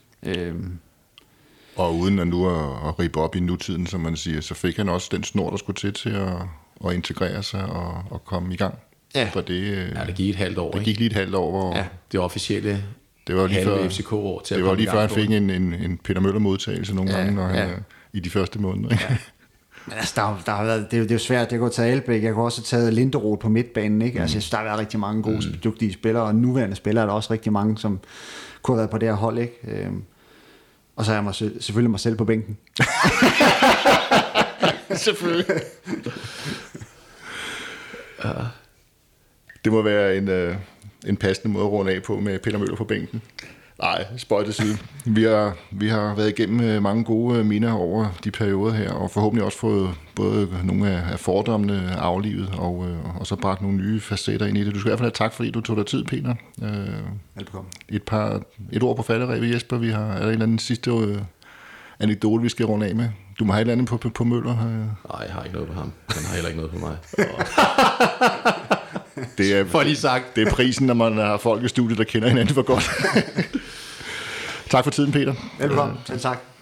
Og uden at nu at ribe op i nutiden, som man siger, så fik han også den snor, der skulle til at integrere sig og komme i gang.
Ja.
For det
gik et halvt år.
Det gik lige et halvt år, hvor...
Ja, det officielle
det var lige før
FCK-år til
det var lige før, han fik en Peter Møller-modtagelse nogle gange, når han, i de første måneder. Ja.
Men altså, der har været, det er jo svært. Jeg kunne tage Albæk, jeg kunne også have taget Linderoth på midtbanen, ikke? Altså, jeg synes, der har været rigtig mange gode, dygtige spillere, og nuværende spillere er der også rigtig mange, som kunne have været på det her hold, ikke? Og så er jeg selvfølgelig mig selv på bænken.
Selvfølgelig. Det må være en passende måde at runde af på med Peter Møller på bænken. Nej, spøj til side. Vi har været igennem mange gode minder over de perioder her, og forhåbentlig også fået både nogle af fordommene aflivet, og så bragt nogle nye facetter ind i det. Du skal i hvert fald have tak, fordi du tog dig tid, Peter.
Velbekomme.
Et ord på falderæbet, Jesper. Er der en eller anden sidste anekdote, vi skal runde af med? Du må have et eller andet på Møller.
Nej, jeg har ikke noget på ham. Han har heller ikke noget på mig.
Det er,
for lige sagt.
Det er prisen, når man har folk i studiet, der kender hinanden for godt. Tak for tiden, Peter.
Velkommen. Tak.